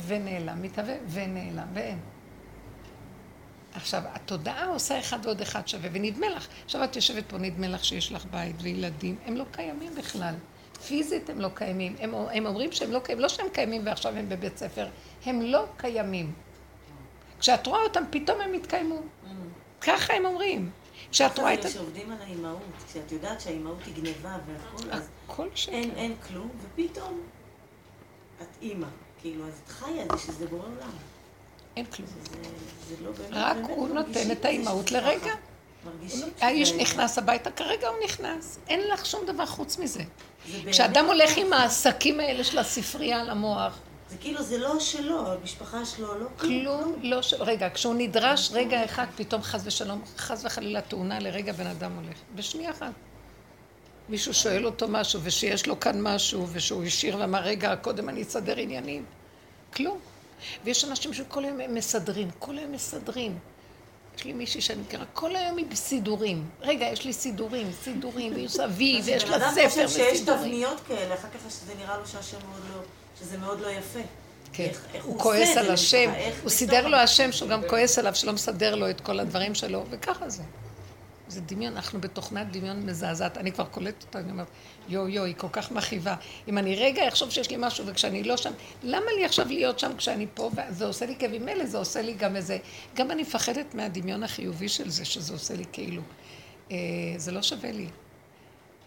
ואין. עכשיו, התודעה עושה אחד ועוד אחד שווה, ונדמה לך, עכשיו את יושבת פה, נדמה לך שיש לך בית וילדים, הם לא קיימים בכלל. פיזית הם לא קיימים, הם אומרים שהם לא קיימים, לא שהם קיימים ועכשיו הם בבית ספר, הם לא קיימים. כשאת רואה אותם, פתאום הם מתקיימו. ככה הם אומרים. כשאת רואה את... שעובדים על האימהות, כשאת יודעת שהאימהות היא גניבה והכל, אז אין כלום, ופתאום את אימא. כאילו, אז את חיה את זה שזה בורא עולם. אין כלום. זה לא באמת... רק הוא נותן את האימהות לרגע. האיש נכנס הביתה, כרגע הוא נכנס. אין לך שום דבר חוץ מזה. כשאדם הולך עם העסקים האלה של הספרייה על המוח, זה כאילו, זה לא שלו, המשפחה שלו, לא כלום לא שלו. רגע, כשהוא נדרש רגע אחד, פתאום חס ושלום, חס וחלילה תאונה לרגע בן אדם הולך. בשנייה אחת. מישהו שואל אותו משהו, ושיש לו כאן משהו, ושהוא השאיר ואמר, רגע, קודם אני אסדר עניינים. כלום. ויש אנשים שכל היום הם מסדרים. יש לי מישהי שאני מכירה, כל היום היא בסידורים. רגע, יש לי סידורים, ויש אבי, ויש לה ספר וסידורים. אדם חושב שיש תבניות כאלה, אחר כך שזה נראה לו שהשם מאוד לא... שזה מאוד לא יפה. כן, הוא כועס על השם, הוא סידר לו השם שהוא גם כועס עליו, שלא מסדר לו את כל הדברים שלו, וככה זה. זה דמיון, אנחנו בתוכנת דמיון מזעזעת, אני כבר קולטת אותה, אני אומרת, יו, היא כל כך מכאיבה. אם אני רגע אחשוב שיש לי משהו וכשאני לא שם, למה לי עכשיו להיות שם כשאני פה, וזה עושה לי כאבים מלא, זה עושה לי גם איזה, גם אני מפחדת מהדמיון החיובי של זה, שזה עושה לי כאילו, זה לא שווה לי.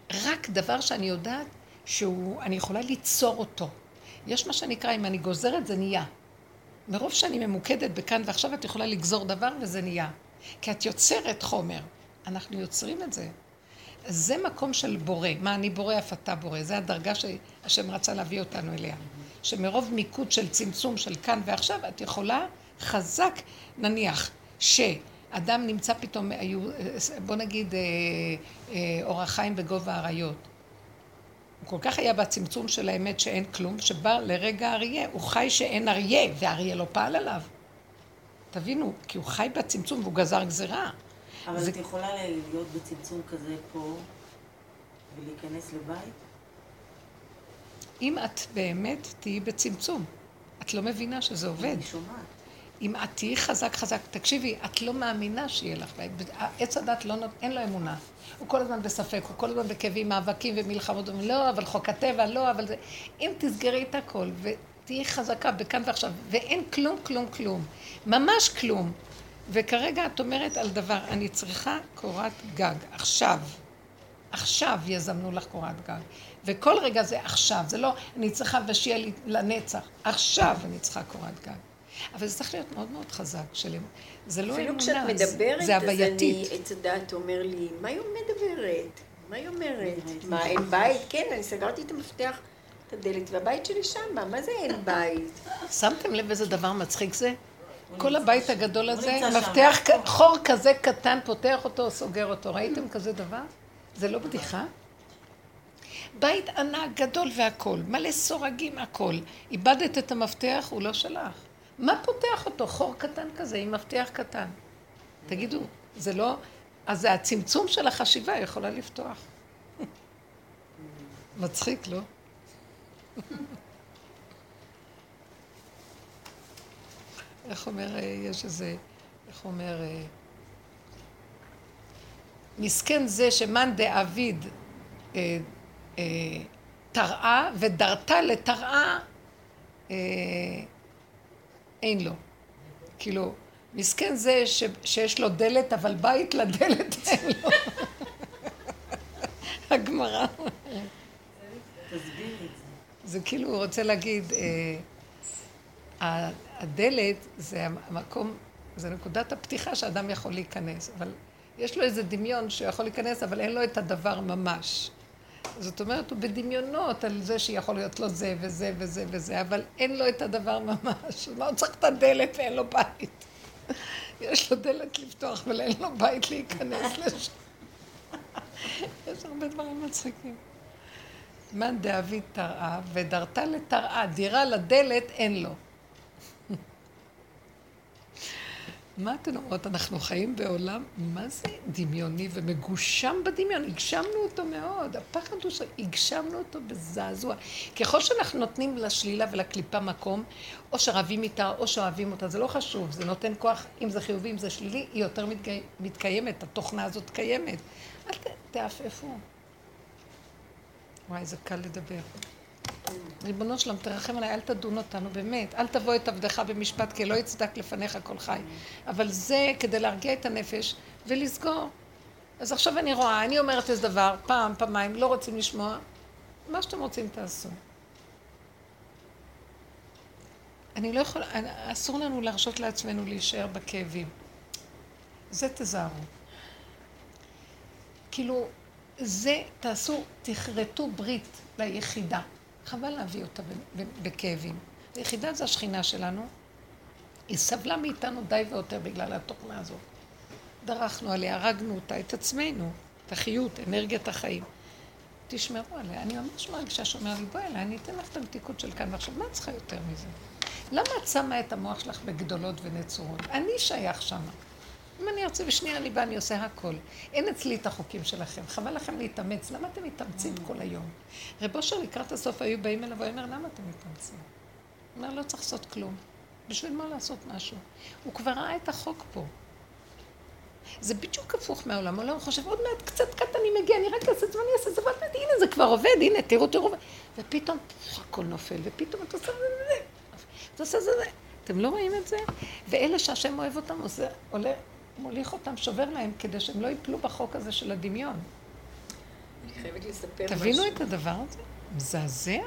רק דבר שאני יודעת אני יכולה ליצור אותו. יש מה שנקרא, אם אני גוזרת זה נהיה. מרוב שאני ממוקדת בכאן ועכשיו את יכולה לגזור דבר וזה נהיה. כי את יוצרת חומר. אנחנו יוצרים את זה. זה מקום של בורא. מה אני בורא, אף אתה בורא. זה הדרגה שהשם רצה להביא אותנו אליה. שמרוב מיקוד של צמצום של כאן ועכשיו, את יכולה חזק, נניח, שאדם נמצא פתאום, בוא נגיד, אור החיים בגובה האריות. הוא כל כך היה בצמצום של האמת שאין כלום, שבא לרגע אריה, הוא חי שאין אריה, ואריה לא פעל עליו. תבינו, כי הוא חי בצמצום והוא גזר גזירה. אבל את יכולה להיות בצמצום כזה פה ולהיכנס לבית? אם את באמת תהיי בצמצום, את לא מבינה שזה עובד. אני שומעת. אם את תהיי חזק, תקשיבי, את לא מאמינה שיהיה לך בית. עץ הדת אין לו אמונה. הוא כל הזמן בספק, הוא כל הזמן בכאבים, מאבקים ומלחמות. לא, אבל חוק הטבע, לא, אבל זה... אם תסגרי את הכל ותהיי חזקה בכאן ועכשיו, ואין כלום, כלום, כלום. ממש כלום. וכרגע את אומרת על דבר, אני צריכה קורת גג. עכשיו יזמנו לך קורת גג. וכל רגע זה עכשיו. זה לא, אני צריכה ושיהיה לי לנצח. עכשיו אני צריכה קורת גג. אבל זה צריך להיות מאוד מאוד חזק. זה לא אמונה, אפילו כשאת מדברת, זה הווייתית. עץ הדת אומר לי, מה היא מדברת? מה היא אומרת? מה, אין בית? כן, אני סגרתי את המפתח, את הדלת, והבית שלי שם, מה זה אין בית? שמתם לב איזה דבר מצחיק זה? כל הבית הגדול הזה, מפתח חור כזה קטן, פותח אותו, סוגר אותו. ראיתם כזה דבר? זה לא בדיחה? בית ענק, גדול והכל, מלא סורגים, הכל. איבדת את המפתח, הוא לא שלך. מה פותח אותו? חור קטן כזה, עם מפתח קטן. תגידו, זה לא... אז זה הצמצום של החשיבה יכולה לפתוח. מצחיק, לא? איך אומר, יש איזה... איך אומר... מסכן זה שמאן דאביד תרעה ודרתה לתרעה אין לו. כאילו, מסכן זה שיש לו דלת, אבל בית לדלת אין לו. הגמרא. תסבירי את זה. זה כאילו, הוא רוצה להגיד, הדלת זה המקום, זה נקודת הפתיחה שאדם יכול להיכנס, אבל יש לו איזה דמיון שהוא יכול להיכנס, אבל אין לו את הדבר ממש. זאת אומרת, הוא בדמיונות על זה שיכול להיות לו זה וזה וזה וזה, אבל אין לו את הדבר ממש. מה הוא צריך את הדלת ואין לו בית? יש לו דלת לפתוח, אבל אין לו בית להיכנס לשם. יש הרבה דברים מצחיקים. מאן דאביד תרעה ודרתה לתרעה, דירה לדלת אין לו. מה אתן אומרות? אנחנו חיים בעולם, מה זה דמיוני ומגושם בדמיון? הגשמנו אותו מאוד, הפחד הוא שהגשמנו אותו בזעזוע. ככל שאנחנו נותנים לשלילה ולקליפה מקום, או שרבים איתה או שאוהבים אותה, זה לא חשוב, זה נותן כוח, אם זה חיובי, אם זה שלילי, היא יותר מתקיימת, התוכנה הזאת קיימת. אל תעפפו. וואי, זה קל לדבר. ריבונו שלום, תרחם עליי, אל תדון אותנו, באמת. אל תבוא את עבדך במשפט, כי לא יצדק לפניך כל חי. אבל זה כדי להרגיע את הנפש ולסגור. אז עכשיו אני רואה, אני אומרת איזה דבר, פעם, פעמיים, לא רוצים לשמוע. מה שאתם רוצים תעשו. אני לא יכולה, אסור לנו להרשות לעצמנו להישאר בכאבים. זה תזהרו. כאילו, זה תעשו, תחרטו ברית ליחידה. חבל להביא אותה בכאבים. היחידה זה השכינה שלנו. היא סבלה מאיתנו די ויותר בגלל התוכנה הזאת. דרכנו עליה, הרגנו אותה, את עצמנו, את החיות, אנרגיית החיים. תשמרו עליה. אני ממש מרגישה שאומר לי, בואי אליי, אני אתן לך את המתיקות של כאן ועכשיו. מה צריכה יותר מזה? למה את שמה את המוח שלך בגדולות ונצורות? אני שייך שמה. אם אני ארצה בשנייה אני באה, אני עושה הכל. אין אצלי את החוקים שלכם. חבל לכם להתאמץ. למה אתם מתאמצים כל היום? רב אושר לקראת הסוף היו באים אליו, הוא אומר, למה אתם מתאמצים? הוא אומר, לא צריך לעשות כלום. בשביל מה לעשות משהו? הוא כבר ראה את החוק פה. זה בדיוק הפוך מהעולם. העולם חושב, עוד מעט קצת קט אני מגיע, אני רק אעשה את זה ואני אעשה את זה, הנה זה כבר עובד, הנה תראו. ופתאום הכל נופל, ופתאום אתה עושה את זה. אתה עושה את זה. אתם לא רואים את זה? ואלה שהשם אוהב אותם, מוליך אותם, שובר להם, כדי שהם לא ייפלו בחוק הזה של הדמיון. אני חייבת לספר משהו. תבינו את הדבר הזה? מזעזע.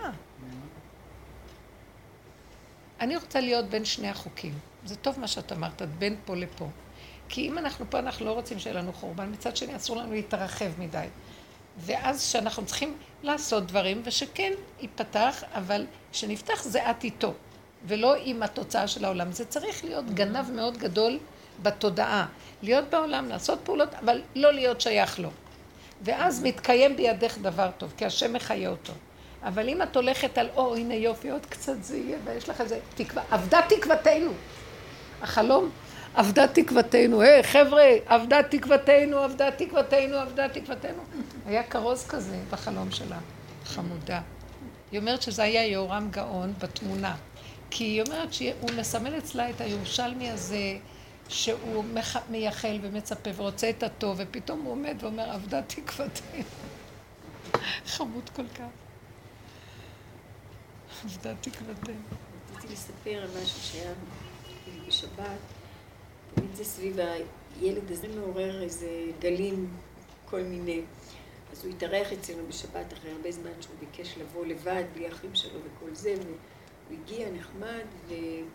אני רוצה להיות בין שני החוקים. זה טוב מה שאת אמרת, בין פה לפה. כי אם אנחנו פה, אנחנו לא רוצים שיהיה לנו חורבן. מצד שני, אסור לנו להתרחב מדי. ואז שאנחנו צריכים לעשות דברים, ושכן ייפתח, אבל שנפתח זה את איתו, ולא עם התוצאה של העולם. זה צריך להיות גנב מאוד גדול בתודעה. להיות בעולם, לעשות פעולות, אבל לא להיות שייך לו. ואז מתקיים בידך דבר טוב, כי השם מחיה אותו. אבל אם את הולכת על, הנה יופי, עוד קצת זה יהיה, ויש לך איזה תקווה, עבדה תקוותנו. החלום, עבדה תקוותנו. חבר'ה, עבדה תקוותנו, עבדה תקוותנו, עבדה תקוותנו. היה כרוז כזה בחלום שלה, חמודה. היא אומרת שזה היה יהורם גאון בתמונה. כי היא אומרת שהוא מסמל אצלה את הירושלמי הזה, שהוא מייחל ומצפה ורוצה את הטוב, ופתאום הוא עומד ואומר, עבדה תקוותנו. חמוד כל כך. עבדה תקוותנו. רציתי לספר על משהו שהיה בשבת. תמיד זה סביב הילד הזה מעורר איזה גלים, כל מיני. אז הוא התארח אצלנו בשבת אחרי הרבה זמן שהוא ביקש לבוא לבד, בלי אחים שלו וכל זה, והוא הגיע נחמד,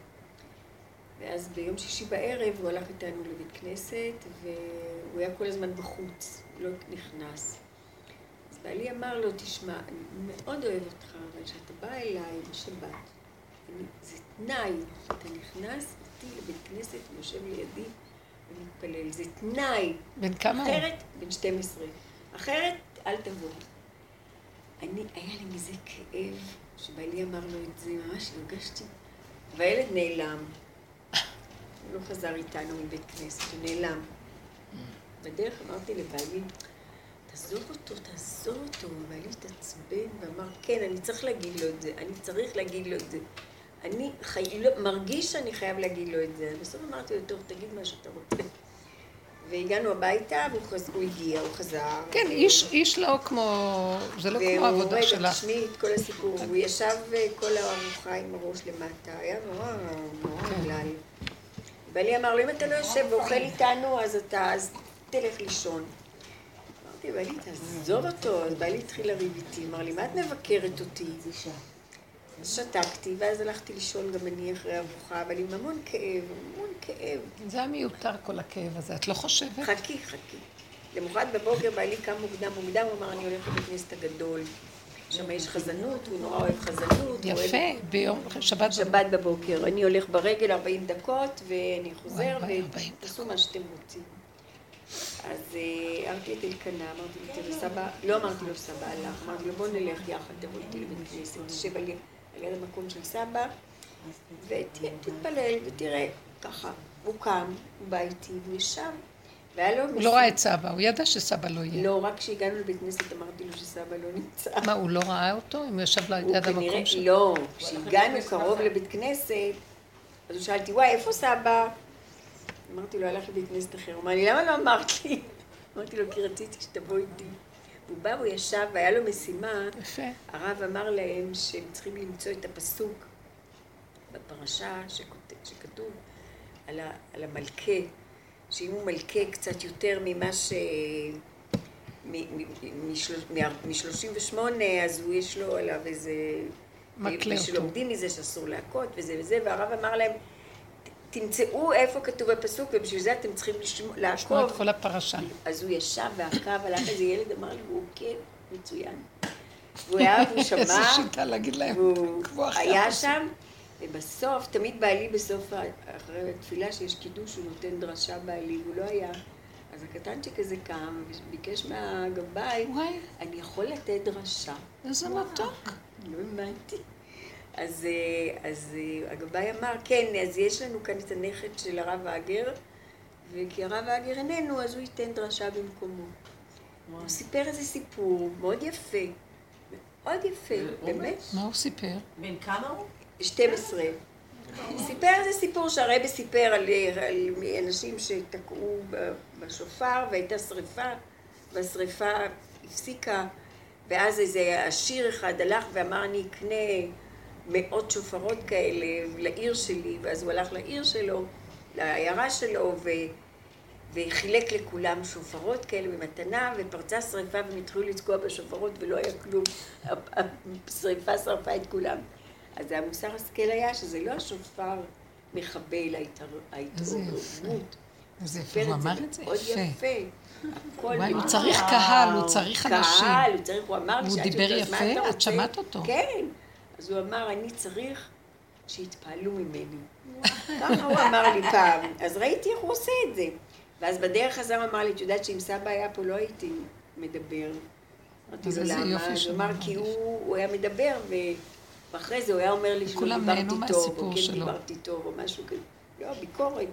ואז ביום שישי בערב הוא הלך איתנו לבית כנסת, והוא היה כל הזמן בחוץ, הוא לא נכנס. אז בעלי אמר לו, תשמע, אני מאוד אוהב אותך, אבל כשאתה בא אליי בשבת, זה תנאי, אתה נכנס איתי לבית כנסת, יושב לידי ומתפלל, זה תנאי. בן כמה? אחרת, בן 12. אחרת, אל תבוא. היה לי מזה כאב, שבעלי אמר לו את זה, ממש הרגשתי, והילד נעלם. הוא לא חזר איתנו מבית כנסת, הוא נעלם. בדרך אמרתי לבעלי, תעזוב אותו. בעלי התעצבן ואמר, כן, אני צריך להגיד לו את זה, אני מרגיש שאני חייב להגיד לו את זה. בסוף אמרתי לו, טוב, תגיד מה שאתה רוצה. והגענו הביתה, והוא הגיע, הוא חזר. כן, איש לא כמו, זה לא כמו העבודה שלך. והוא תשמעי את כל הסיפור. הוא ישב כל הארוחה עם הראש למטה, היה נורא מלל. בעלי אמר לו, אם אתה לא יושב ואוכל איתנו, אז תלך לישון. אמרתי, בעלי, תעזוב אותו. אז בעלי התחיל לריב איתי, אמר לי, מה את מבקרת אותי? אז שתקתי, ואז הלכתי לישון גם אני אחרי ארוחה, אבל עם המון כאב. זה היה מיותר כל הכאב הזה, את לא חושבת? חכי. למחרת בבוקר בעלי קם מוקדם, הוא אמר, אני הולך לבית כנסת הגדול. שם יש חזנות, הוא נורא אוהב חזנות. יפה, ביום שבת בבוקר. אני הולך ברגל 40 דקות, ואני חוזר, ותעשו מה שאתם רוצים. אז הערתי את אלקנה, אמרתי לו, תראה, סבא, לא אמרתי לו סבא הלך, אמרתי לו, בוא נלך יחד, תבוא איתי לבית כנסת, תשב על יד המקום של סבא, ותתפלל, ותראה, ככה, הוא קם, הוא בא איתי, והוא ישב, הוא לא ראה את סבא, הוא ידע שסבא לא יהיה. לא, רק כשהגענו לבית כנסת אמרתי לו שסבא לא נמצא. מה, הוא לא ראה אותו? אם הוא ישב ליד המקום שלו? לא, כשהגענו קרוב לבית כנסת, אז הוא שאלתי, וואי, איפה סבא? אמרתי לו, הלך לבית כנסת אחר. הוא אמר לי, למה לא אמרת לי? אמרתי לו, כי רציתי שתבוא איתי. הוא בא, הוא ישב, והיה לו משימה. יפה. הרב אמר להם שהם צריכים למצוא את הפסוק בפרשה שכתוב על המלכה, שאם הוא מלכה קצת יותר מ-38, אז הוא יש לו עליו איזה... מקלה אותו. ושלומדים מזה שאסור להכות וזה וזה, והרב אמר להם, תמצאו איפה כתוב הפסוק, ובשביל זה אתם צריכים לעקוב. לשמוע את כל הפרשה. אז הוא ישב ועקב, הלך איזה ילד, אמר לי, הוא כן, מצוין. והוא היה, והוא שמע, איזה שיטה להגיד להם, והוא היה שם, ובסוף, תמיד בעלי בסוף, אחרי התפילה שיש קידוש, הוא נותן דרשה בעלי, הוא לא היה. אז הקטנצ'יק הזה קם, וביקש מהגבאי, אני יכול לתת דרשה. איזה מתוק. לא האמנתי. אז הגבאי אמר, כן, אז יש לנו כאן את הנכד של הרב האגר, וכי הרב האגר איננו, אז הוא ייתן דרשה במקומו. הוא סיפר איזה סיפור מאוד יפה, מאוד יפה, באמת. מה הוא סיפר? בן כמה הוא? 12. הוא סיפר איזה סיפור שהרבא סיפר על אנשים שתקעו בשופר, והייתה שריפה, והשריפה הפסיקה, ואז איזה עשיר אחד הלך ואמר, אני אקנה מאות שופרות כאלה לעיר שלי, ואז הוא הלך לעיר שלו, לעיירה שלו, וחילק לכולם שופרות כאלה במתנה, ופרצה שריפה והם התחילו לתקוע בשופרות ולא היה כלום. השריפה שרפה את כולם. אז המוסר השכל היה שזה לא השופר מכבל ההתעוררות. אז יפה, הוא אמר את זה מאוד יפה. וואי, הוא צריך קהל, הוא צריך אנשים. קהל, הוא צריך, הוא אמר לי, הוא דיבר יפה, את שמעת אותו. כן. אז הוא אמר, אני צריך שיתפעלו ממני. ככה הוא אמר לי פעם. אז ראיתי איך הוא עושה את זה. ואז בדרך חזר הוא אמר לי, את יודעת שאם סבא היה פה לא הייתי מדבר. אמרתי לו למה? הוא אמר כי הוא היה מדבר ואחרי זה הוא היה אומר לי שלא דיברתי טוב, או כן דיברתי טוב, או משהו כזה. לא, ביקורת.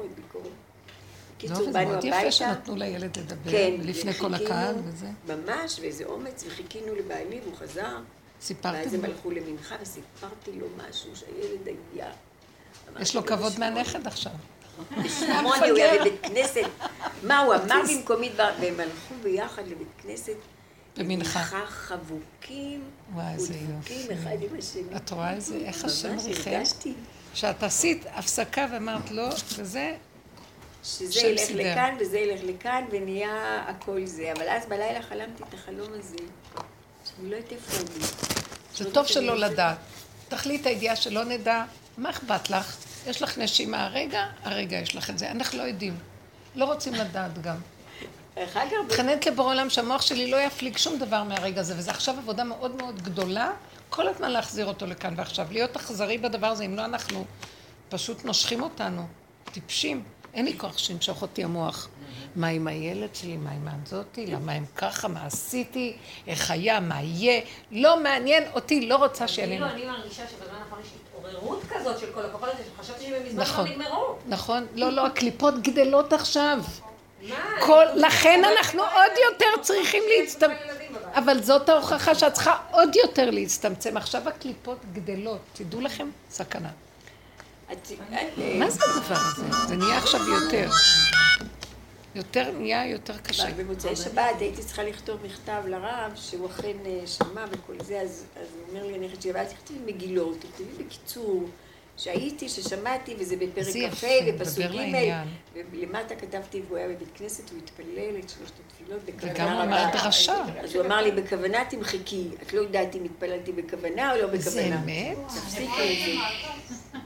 לא, וזה מאוד יפה שנתנו לילד לדבר, לפני כל הקהל וזה. ממש, ואיזה אומץ, וחיכינו לבעלי והוא חזר. סיפרתם? ואז הם הלכו למנחה וסיפרתי לו משהו שהילד היה. יש לו כבוד מהנכד עכשיו. שמוני הוא היה בבית כנסת. מה הוא אמר במקומי דבר? והם הלכו ביחד לבית כנסת. במנחה. חבוקים. וואי, איזה יופי. אחד עם השני. את רואה איזה, איך השם ריחם? הרגשתי. שאת עשית הפסקה ואמרת לו, וזה שזה ילך לכאן וזה ילך לכאן ונהיה הכל זה. אבל אז בלילה חלמתי את החלום הזה. שאני לא יודעת איפה אני. זה טוב שלא לדעת. תחליט הידיעה שלא נדע, מה אכפת לך? יש לך נשימה הרגע יש לך את זה. אנחנו לא יודעים. לא רוצים לדעת גם. תחננת לבורא עולם שהמוח שלי לא יפליג שום דבר מהרגע הזה, וזה עכשיו עבודה מאוד מאוד גדולה, כל הזמן להחזיר אותו לכאן ועכשיו. להיות אכזרי בדבר הזה, אם לא אנחנו פשוט נושכים אותנו, טיפשים. אין לי כוח שנשוך אותי המוח. מה עם הילד שלי, מה עם זאתי, למה הם ככה, מה עשיתי, איך היה, מה יהיה, לא מעניין אותי, לא רוצה שיהיה לי. אני מרגישה שבזמן האחרון יש התעוררות כזאת של כל הכוחות הזה, שחשבתי שבמזמן כבר נגמרו. נכון, לא, הקליפות גדלות עכשיו. לכן אנחנו עוד יותר צריכים להצטמצם. אבל זאת ההוכחה שאת צריכה עוד יותר להצטמצם. עכשיו הקליפות גדלות, תדעו לכם, סכנה. מה זה הדבר הזה? זה נהיה עכשיו נהיה יותר קשה. במוצאי שבת הייתי צריכה לכתוב מכתב לרב שהוא אכן שמע וכל זה, אז הוא אומר לי, אני חושבת שבאת תכתבי מגילות, תכתבי בקיצור, שהייתי, ששמעתי, וזה בפרק כ"ה ופסוק ג' ולמטה כתבתי, והוא היה בבית כנסת, הוא התפלל את 3 התפילות וגם הוא אמר דרשה. אז הוא אמר לי, בכוונה תמחקי, את לא יודעת אם התפללתי בכוונה או לא בכוונה. זה אמת? תפסיקי את זה.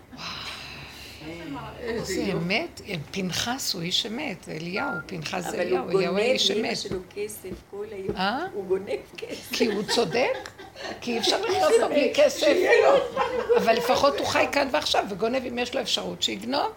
זה אמת, פנחס הוא איש אמת, אליהו, פנחס זה אליהו, אבל הוא אליהו איש גונב אמת. שלו כסף כל היום, הוא גונב כסף. כי הוא צודק, כי אי אפשר לחיות לו בלי כסף, אבל לפחות הוא חי כאן ועכשיו וגונב אם יש לו אפשרות שיגנוב.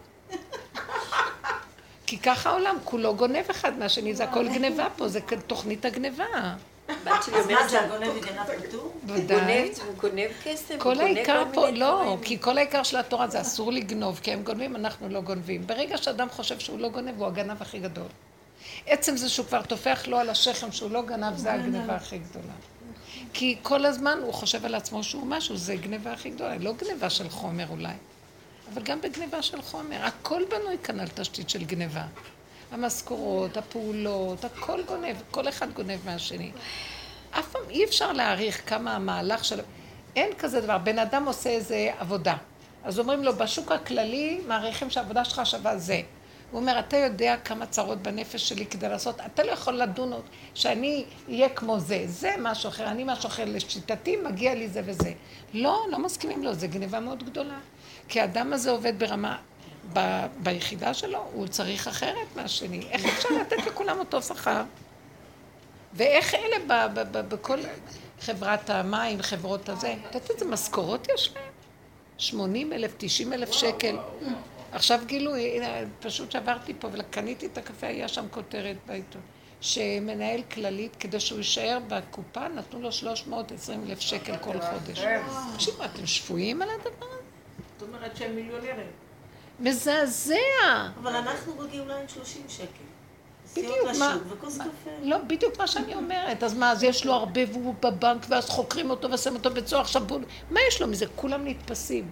כי ככה העולם, כולו גונב אחד מהשני, זה הכל גנבה פה, זה תוכנית הגנבה. אז מה זה הגונב וגנב כתוב? הוא גונב כסף, כל העיקר פה, לא, כי כל העיקר של התורה זה אסור לגנוב, כי הם גונבים, אנחנו לא גונבים. ברגע שאדם חושב שהוא לא גונב, הוא הגנב הכי גדול. עצם זה שהוא כבר תופח לו על השכם שהוא לא גנב, זה הגנבה הכי גדולה. כי כל הזמן הוא חושב על עצמו שהוא משהו, זה גנבה הכי גדולה, לא גנבה של חומר אולי, אבל גם בגנבה של חומר. הכל בנוי כאן על תשתית של גנבה. המשכורות, הפעולות, הכל גונב, כל אחד גונב מהשני. אף פעם אי אפשר להעריך כמה המהלך של... אין כזה דבר, בן אדם עושה איזה עבודה. אז אומרים לו, בשוק הכללי מעריכים שהעבודה שלך שווה זה. הוא אומר, אתה יודע כמה צרות בנפש שלי כדי לעשות, אתה לא יכול לדון עוד שאני אהיה כמו זה, זה משהו אחר, אני משהו אחר, לשיטתי מגיע לי זה וזה. לא, לא מסכימים לו, זה גניבה מאוד גדולה. כי האדם הזה עובד ברמה, ביחידה שלו, הוא צריך אחרת מהשני. איך אפשר לתת לכולם אותו שכר? ואיך אלה בכל חברת המים, חברות הזה, לתת איזה משכורות יש להם? 80,000, 90,000 שקל. עכשיו גילו, פשוט שעברתי פה וקניתי את הקפה, היה שם כותרת בעיתון, שמנהל כללית, כדי שהוא יישאר בקופה, נתנו לו 320,000 שקל כל חודש. תקשיבו, אתם שפויים על הדבר הזה? זאת אומרת שהם מיליונרים. מזעזע. אבל אנחנו בגאולה עם 30 שקל. בדיוק מה, לא, בדיוק מה שאני אומרת. אז מה, אז יש לו הרבה והוא בבנק, ואז חוקרים אותו ושם אותו בצורה, עכשיו בואו, מה יש לו מזה? כולם נתפסים.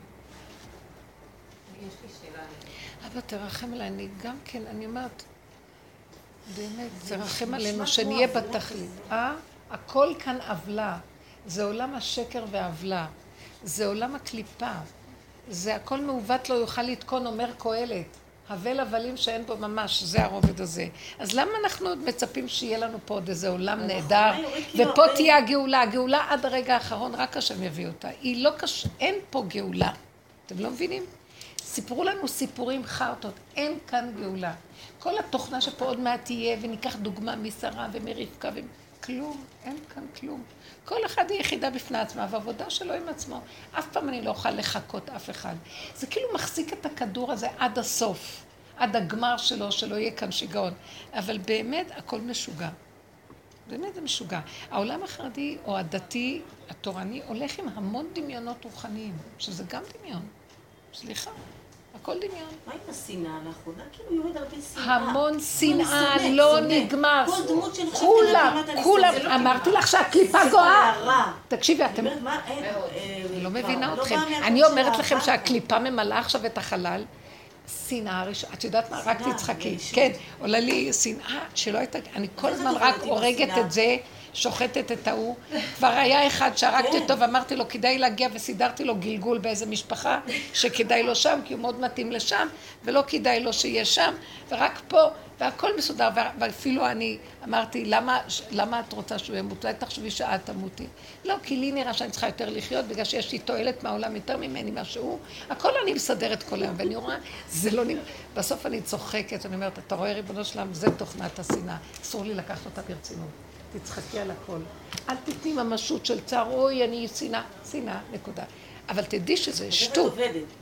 יש לי שאלה. אבל תרחם עליי, אני גם כן, אני אומרת, באמת, תרחם עלינו שנהיה בתכלית. הכל כאן עוולה. זה עולם השקר והעוולה. זה עולם הקליפה. זה הכל מעוות לא יוכל לתקון, אומר קהלת. הבל הבלים שאין בו ממש, זה הרובד הזה. אז למה אנחנו עוד מצפים שיהיה לנו פה עוד איזה עולם נהדר, ופה תהיה הגאולה, הגאולה עד הרגע האחרון, רק השם יביא אותה. היא לא אין פה גאולה. אתם לא מבינים? סיפרו לנו סיפורים חרטות, אין כאן גאולה. כל התוכנה שפה עוד מעט תהיה, וניקח דוגמה משרה ומרבקה, כלום, אין כאן כלום. כל אחד היא יחידה בפני עצמה, והעבודה שלו עם עצמו. אף פעם אני לא אוכל לחכות אף אחד. זה כאילו מחזיק את הכדור הזה עד הסוף, עד הגמר שלו, שלא יהיה כאן שיגעון. אבל באמת הכל משוגע. באמת זה משוגע. העולם החרדי או הדתי, התורני, הולך עם המון דמיונות רוחניים, שזה גם דמיון. סליחה. הכל דמיון. מה עם השנאה לאחרונה? כאילו יורד הרבה שנאה. המון שנאה, לא נגמר. כל דמות שאני חושבת... כולם, אמרתי לך שהקליפה גואה. תקשיבי, אתם... אני לא מבינה אתכם. אני אומרת לכם שהקליפה ממלאה עכשיו את החלל. שנאה ראשונה, את יודעת מה? רק תצחקי. כן, עולה לי שנאה שלא הייתה... אני כל הזמן רק הורגת את זה. שוחטת את ההוא, כבר היה אחד שהרגתי אותו ואמרתי לו כדאי להגיע וסידרתי לו גלגול באיזה משפחה שכדאי לו שם כי הוא מאוד מתאים לשם ולא כדאי לו שיהיה שם ורק פה והכל מסודר ואפילו אני אמרתי למה את רוצה שהוא ימות? אולי תחשבי שאת תמותי. לא, כי לי נראה שאני צריכה יותר לחיות בגלל שיש לי תועלת מהעולם יותר ממני משהו. הכל אני מסדרת כל היום ואני רואה זה לא נראה. בסוף אני צוחקת, אני אומרת אתה רואה ריבונו שלם זה תוכנת השנאה. אסור לי לקחת אותה ברצינות. תצחקי על הכל. אל תתני ממשות של צער, אוי, אני שנאה, נקודה. אבל תדעי שזה שטות.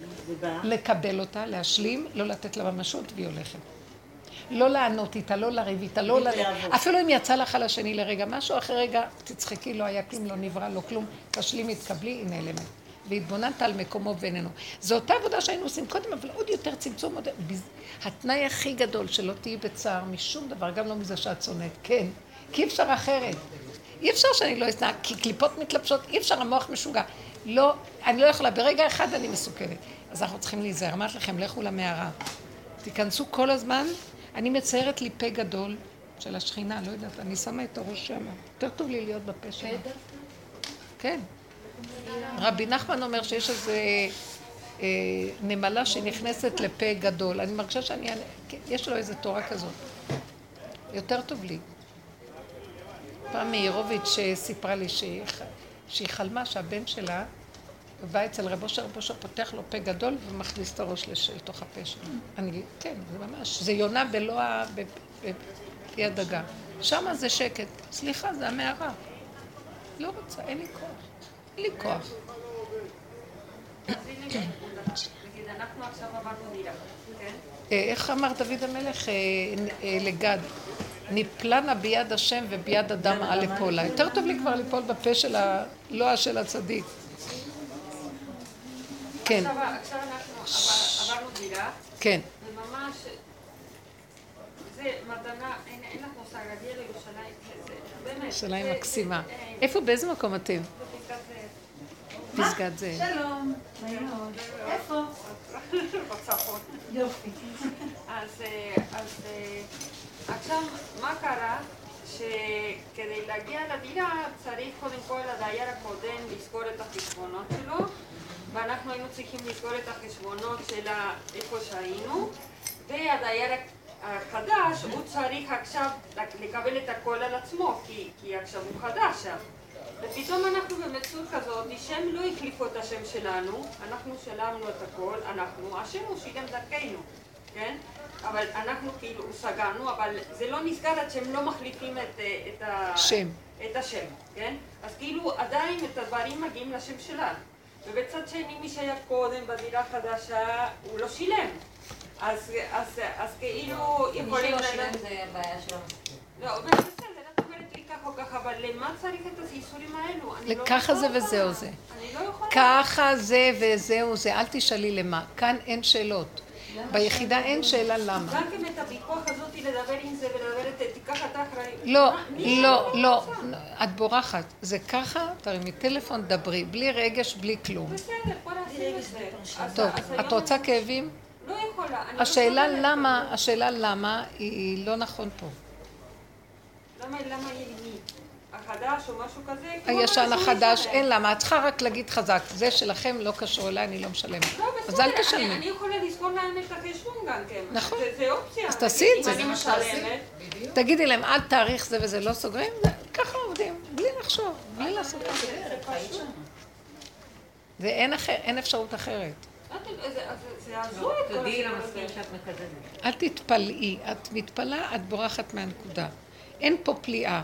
לקבל אותה, להשלים, לא לתת לה ממשות, והיא הולכת. לא לענות איתה, לא לריב איתה, לא אפילו אם יצא לך על השני לרגע משהו, אחרי רגע תצחקי, לא היה כלום, לא נברא, לא כלום, תשלימי, תקבלי, היא נעלמת. והתבוננת על מקומו בינינו. זו אותה עבודה שהיינו עושים קודם, אבל עוד יותר צמצום. התנאי הכי גדול שלא תהיי בצער משום דבר, גם לא מזה שאת שונאת, כן. כי אי אפשר אחרת. אי אפשר שאני לא אסנע, כי קליפות מתלבשות, אי אפשר, המוח משוגע. לא, אני לא יכולה, ברגע אחד אני מסוכנת. אז אנחנו צריכים להיזהר. אמרת לכם, לכו למערה. תיכנסו כל הזמן, אני מציירת לי פה גדול של השכינה, לא יודעת, אני שמה את הראש שם. יותר טוב לי להיות בפה שלה. כן. רבי נחמן אומר שיש איזה נמלה שנכנסת לפה גדול. אני מרגישה יש לו איזה תורה כזאת. יותר טוב לי. פעם מאירוביץ' סיפרה לי שהיא חלמה שהבן שלה בא אצל רב אושר פותח לו פה גדול ומכניס את הראש לתוך הפה שלו. כן, זה ממש, זה יונה בלוע בפי הדגה. שמה זה שקט. סליחה, זה המערה. לא רוצה, אין לי כוח. אין לי כוח. נגיד, אנחנו עכשיו עברנו דירה, כן? איך אמר דוד המלך לגד? נפלנה ביד השם וביד אדם על לפולה. יותר טוב לי כבר ליפול בפה של הלוע של הצדיק. כן. עכשיו אנחנו עברנו דירה. כן. וממש, זה מתנה, אין לך מושג, להגיע לירושלים, באמת. ירושלים מקסימה. איפה, באיזה מקום אתם? פסגת זאב. שלום. איפה? בצפון. יופי. אז עכשיו, מה קרה? שכדי להגיע לדירה צריך קודם כל הדייר הקודם לסגור את החשבונות שלו ואנחנו היינו צריכים לסגור את החשבונות של איפה שהיינו והדייר החדש הוא צריך עכשיו לקבל את הכל על עצמו כי עכשיו הוא חדש שם ופתאום אנחנו במציאות כזאת, שהם לא החליפו את השם שלנו, אנחנו שלמנו את הכל, השם הוא שילם דרכנו, כן? אבל אנחנו כאילו סגרנו, אבל זה לא נסגר עד שהם לא מחליפים את השם, כן? אז כאילו עדיין את הדברים מגיעים לשם שלנו. ובצד שני מי שהיה קודם בדירה חדשה, הוא לא שילם. אז כאילו יכולים... מי שלא שילם זה הבעיה שלנו. לא, בסדר, את אומרת לי ככה או ככה, אבל למה צריך את הסיסורים האלו? ככה זה וזהו זה. אני לא יכולה. ככה זה וזהו זה, אל תשאלי למה. כאן אין שאלות. ביחידה אין שאלה למה. גם כן את הוויכוח הזאת לדבר עם זה ולדבר את תיקח את האחריות. לא, את בורחת. זה ככה, תרימי טלפון, דברי, בלי רגש, בלי כלום. בסדר, בוא נעשה את זה. טוב, את רוצה כאבים? לא יכולה. השאלה למה היא לא נכון פה. למה יהיה מי? החדש או משהו כזה. הישן החדש, אין למה, את צריכה רק להגיד חזק, זה שלכם לא קשור אליי, אני לא משלמת. לא, אז אל בסדר, תשלמי. אני יכולה לסגור להם את החשבון גם כן. נכון. זה אופציה. אז תעשי את זה. אם אני משלמת. תגידי להם, עד תאריך זה וזה לא סוגרים, ככה עובדים, בלי לחשוב, בלי לעשות את זה. ואין אפשרות אחרת. זה הזוי את כל תודיעי השאלה למזכיר הזה. שאת מקזזת. אל תתפלאי, את מתפלאה, את בורחת מהנקודה. אין פה פליאה.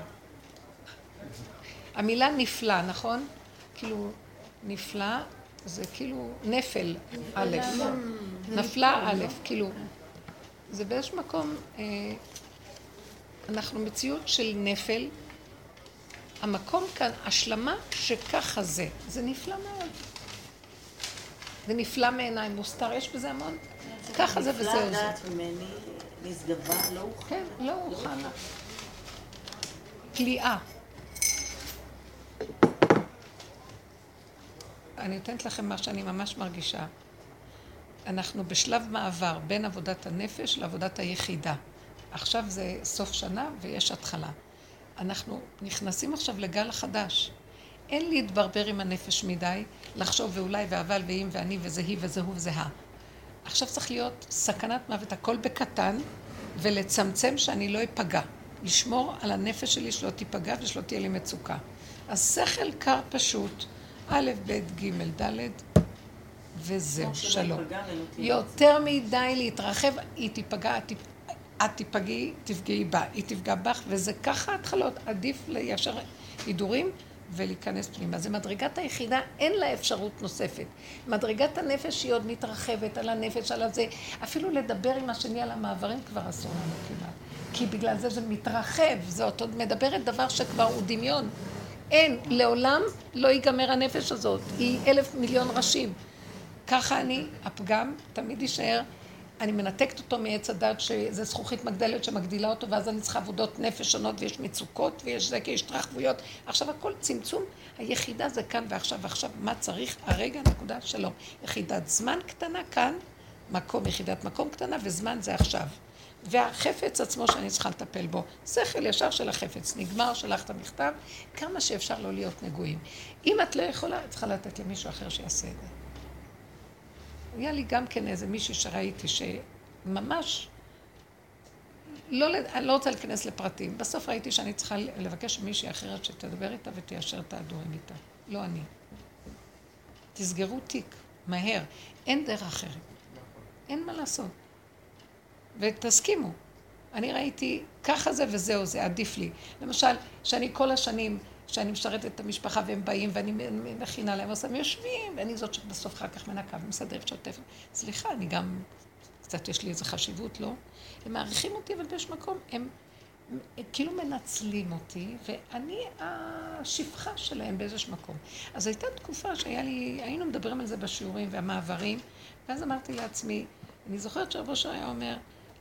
המילה נפלא, נכון? כאילו, נפלא זה כאילו נפל א', נפלה א', כאילו, זה באיזשהו מקום, אנחנו מציאות של נפל, המקום כאן, השלמה שככה זה נפלא מאוד. זה נפלא מעיניי, מוסתר, יש בזה המון. ככה זה וזהו זה. נפלא דעת ממני, נשגבה, לא אוכל. כן, לא אוכל. פליאה. אני נותנת לכם מה שאני ממש מרגישה. אנחנו בשלב מעבר בין עבודת הנפש לעבודת היחידה. עכשיו זה סוף שנה ויש התחלה. אנחנו נכנסים עכשיו לגל החדש. אין להתברבר עם הנפש מדי, לחשוב ואולי ואבל ואם ואני וזה היא וזהו וזהה. עכשיו צריך להיות סכנת מוות, הכל בקטן, ולצמצם שאני לא אפגע. לשמור על הנפש שלי שלא תיפגע ושלא תהיה לי מצוקה. אז שכל קר פשוט, א', ב', ג', ד', וזהו, שלום. יותר מדי להתרחב, היא תיפגע, את תיפגעי, תפגעי בה, היא תפגע בך, וזה ככה התחלות, עדיף ליישר הידורים ולהיכנס פנימה. זה מדרגת היחידה, אין לה אפשרות נוספת. מדרגת הנפש היא עוד מתרחבת על הנפש, על הזה. אפילו לדבר עם השני על המעברים כבר אסור לנו כמעט. כי בגלל זה מתרחב, זה עוד מדברת דבר שכבר הוא דמיון. אין, לעולם לא ייגמר הנפש הזאת, היא 1,000,000,000 ראשים. ככה אני, הפגם, תמיד יישאר, אני מנתקת אותו מעץ הדת שזה זכוכית מגדלת שמגדילה אותו, ואז אני צריכה עבודות נפש שונות ויש מצוקות ויש זה כי יש התרחבויות. עכשיו הכל צמצום, היחידה זה כאן ועכשיו, מה צריך? הרגע, נקודה, שלום. יחידת זמן קטנה כאן, מקום, יחידת מקום קטנה וזמן זה עכשיו. והחפץ עצמו שאני צריכה לטפל בו, שכל ישר של החפץ, נגמר, שלח את המכתב, כמה שאפשר לא להיות נגועים. אם את לא יכולה, את צריכה לתת למישהו אחר שיעשה את זה. היה לי גם כן איזה מישהי שראיתי שממש, אני לא רוצה להיכנס לפרטים, בסוף ראיתי שאני צריכה לבקש מישהי אחרת שתדבר איתה ותיישר את ההדורים איתה, לא אני. תסגרו תיק, מהר, אין דרך אחרת, אין מה לעשות. ותסכימו. אני ראיתי, ככה זה וזהו זה, עדיף לי. למשל, שאני כל השנים, שאני משרתת את המשפחה והם באים ואני מכינה להם, אז הם יושבים, ואני זאת שבסוף אחר כך מנקה ומסדרת שוטפת. סליחה, אני גם, קצת יש לי איזו חשיבות, לא? הם מעריכים אותי, אבל באיש מקום, הם כאילו מנצלים אותי, ואני השפחה שלהם באיזשהו מקום. אז הייתה תקופה היינו מדברים על זה בשיעורים והמעברים, ואז אמרתי לעצמי, אני זוכרת שרב אושר היה אומר,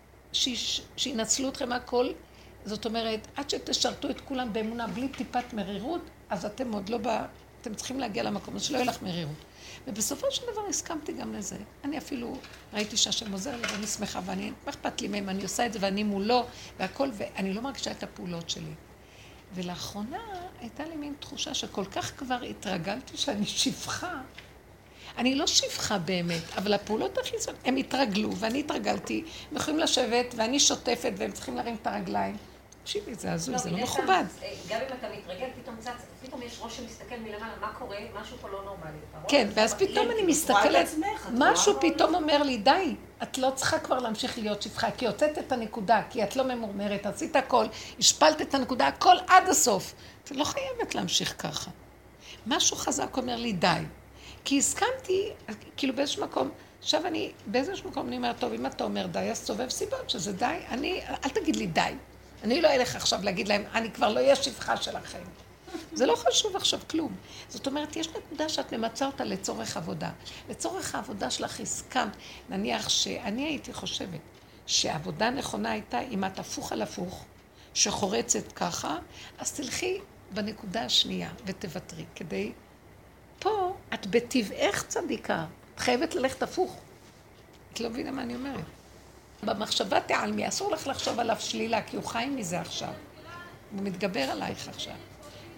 שינצלו אתכם הכל, זאת אומרת, עד שתשרתו את כולם באמונה בלי טיפת מרירות, אז אתם עוד לא אתם צריכים להגיע למקום, אז שלא יהיה לך מרירות. ובסופו של דבר הסכמתי גם לזה. אני אפילו ראיתי שהשם עוזר לי ואני שמחה, ואני, מה אכפת לי מהם, אני עושה את זה ואני מולו והכל, ואני לא מרגישה את הפעולות שלי. ולאחרונה הייתה לי מין תחושה שכל כך כבר התרגלתי שאני שפחה. אני לא שפחה באמת, אבל הפעולות הכי זאת, הם התרגלו ואני התרגלתי, הם יכולים לשבת ואני שוטפת והם צריכים להרים את הרגליים. תקשיבי, זה הזוי, זה לא מכובד. גם אם אתה מתרגל, פתאום יש ראש שמסתכל מלמעלה, מה קורה? משהו פה לא נורמלי. כן, ואז פתאום אני מסתכלת, משהו פתאום אומר לי, די, את לא צריכה כבר להמשיך להיות שפחה, כי יוצאת את הנקודה, כי את לא ממורמרת, עשית הכל, השפלת את הנקודה, הכל עד הסוף. את לא חייבת להמשיך ככה. משהו חזק אומר לי, די. כי הסכמתי, כאילו באיזשהו מקום, עכשיו באיזשהו מקום אני אומרת, טוב, אם אתה אומר די, אז סובב סיבות שזה די, אל תגיד לי די. אני לא אלך עכשיו להגיד להם, אני כבר לא אהיה שפחה שלכם. זה לא חשוב עכשיו כלום. זאת אומרת, יש נקודה שאת ממצא אותה לצורך עבודה. לצורך העבודה שלך הסכמת. נניח שאני הייתי חושבת שהעבודה נכונה הייתה, אם את הפוך על הפוך, שחורצת ככה, אז תלכי בנקודה השנייה ותוותרי כדי... פה את בטבעך צדיקה, את חייבת ללכת הפוך. את לא מבינה מה אני אומרת. במחשבה תעלמי, אסור לך לחשוב עליו שלילה, כי הוא חי מזה עכשיו. הוא מתגבר עלייך עכשיו.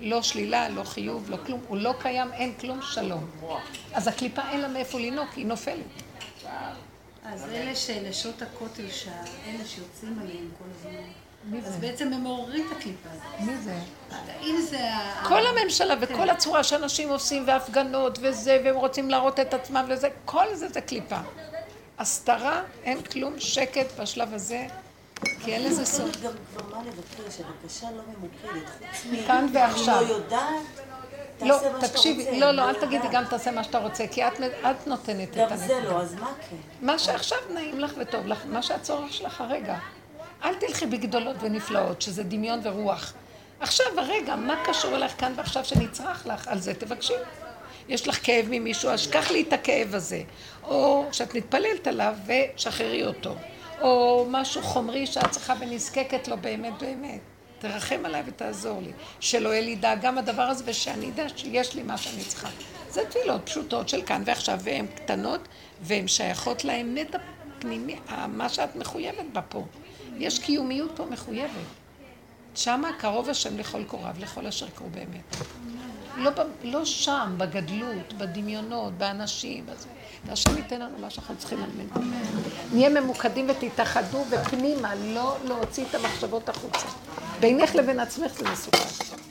לא שלילה, לא חיוב, לא כלום, הוא לא קיים, אין כלום, שלום. אז הקליפה אין לה מאיפה לנוק, היא נופלת. אז אלה שנשות הכותל, אלה שיוצאים עליהם כל הזמן, אז בעצם הם מעוררים את הקליפה הזאת. מי זה? אם זה... כל הממשלה וכל הצורה שאנשים עושים והפגנות וזה, והם רוצים להראות את עצמם וזה, כל זה קליפה. הסתרה, אין כלום, שקט בשלב הזה, כי אין לזה סוף. גם כבר מה לבקר, שבקשה לא ממוקדת, חוץ כאן ועכשיו. לא יודעת, לא, תקשיבי, לא, אל תגידי גם תעשה מה שאתה רוצה, כי את נותנת את הנקודה. גם זה לא, אז מה כן? מה שעכשיו נעים לך וטוב לך, מה שהצורך שלך הרגע. אל תלכי בגדולות ונפלאות, שזה דמיון ורוח. עכשיו, הרגע, מה קשור אליך כאן ועכשיו שנצרח לך? על זה תבקשי. יש לך כאב ממישהו, אז קח לי את הכאב הזה. או שאת מתפללת עליו ושחררי אותו. או משהו חומרי שאת צריכה ונזקקת לו באמת. תרחם עליי ותעזור לי. שלא יהיה לי דאגה הדבר הזה ושאני אדע שיש לי מה שאני צריכה. זה תפילות פשוטות של כאן ועכשיו, והן קטנות והן שייכות לאמת הפנימי, מה שאת מחויבת בה פה. יש קיומיות פה מחויבת. שמה קרוב השם לכל קוריו, לכל אשר קרו באמת. לא שם, בגדלות, בדמיונות, באנשים, והשם ייתן לנו מה שאנחנו צריכים ללמד. נהיה ממוקדים ותתאחדו ופנימה, לא להוציא את המחשבות החוצה. בינך לבין עצמך זה מסוכן.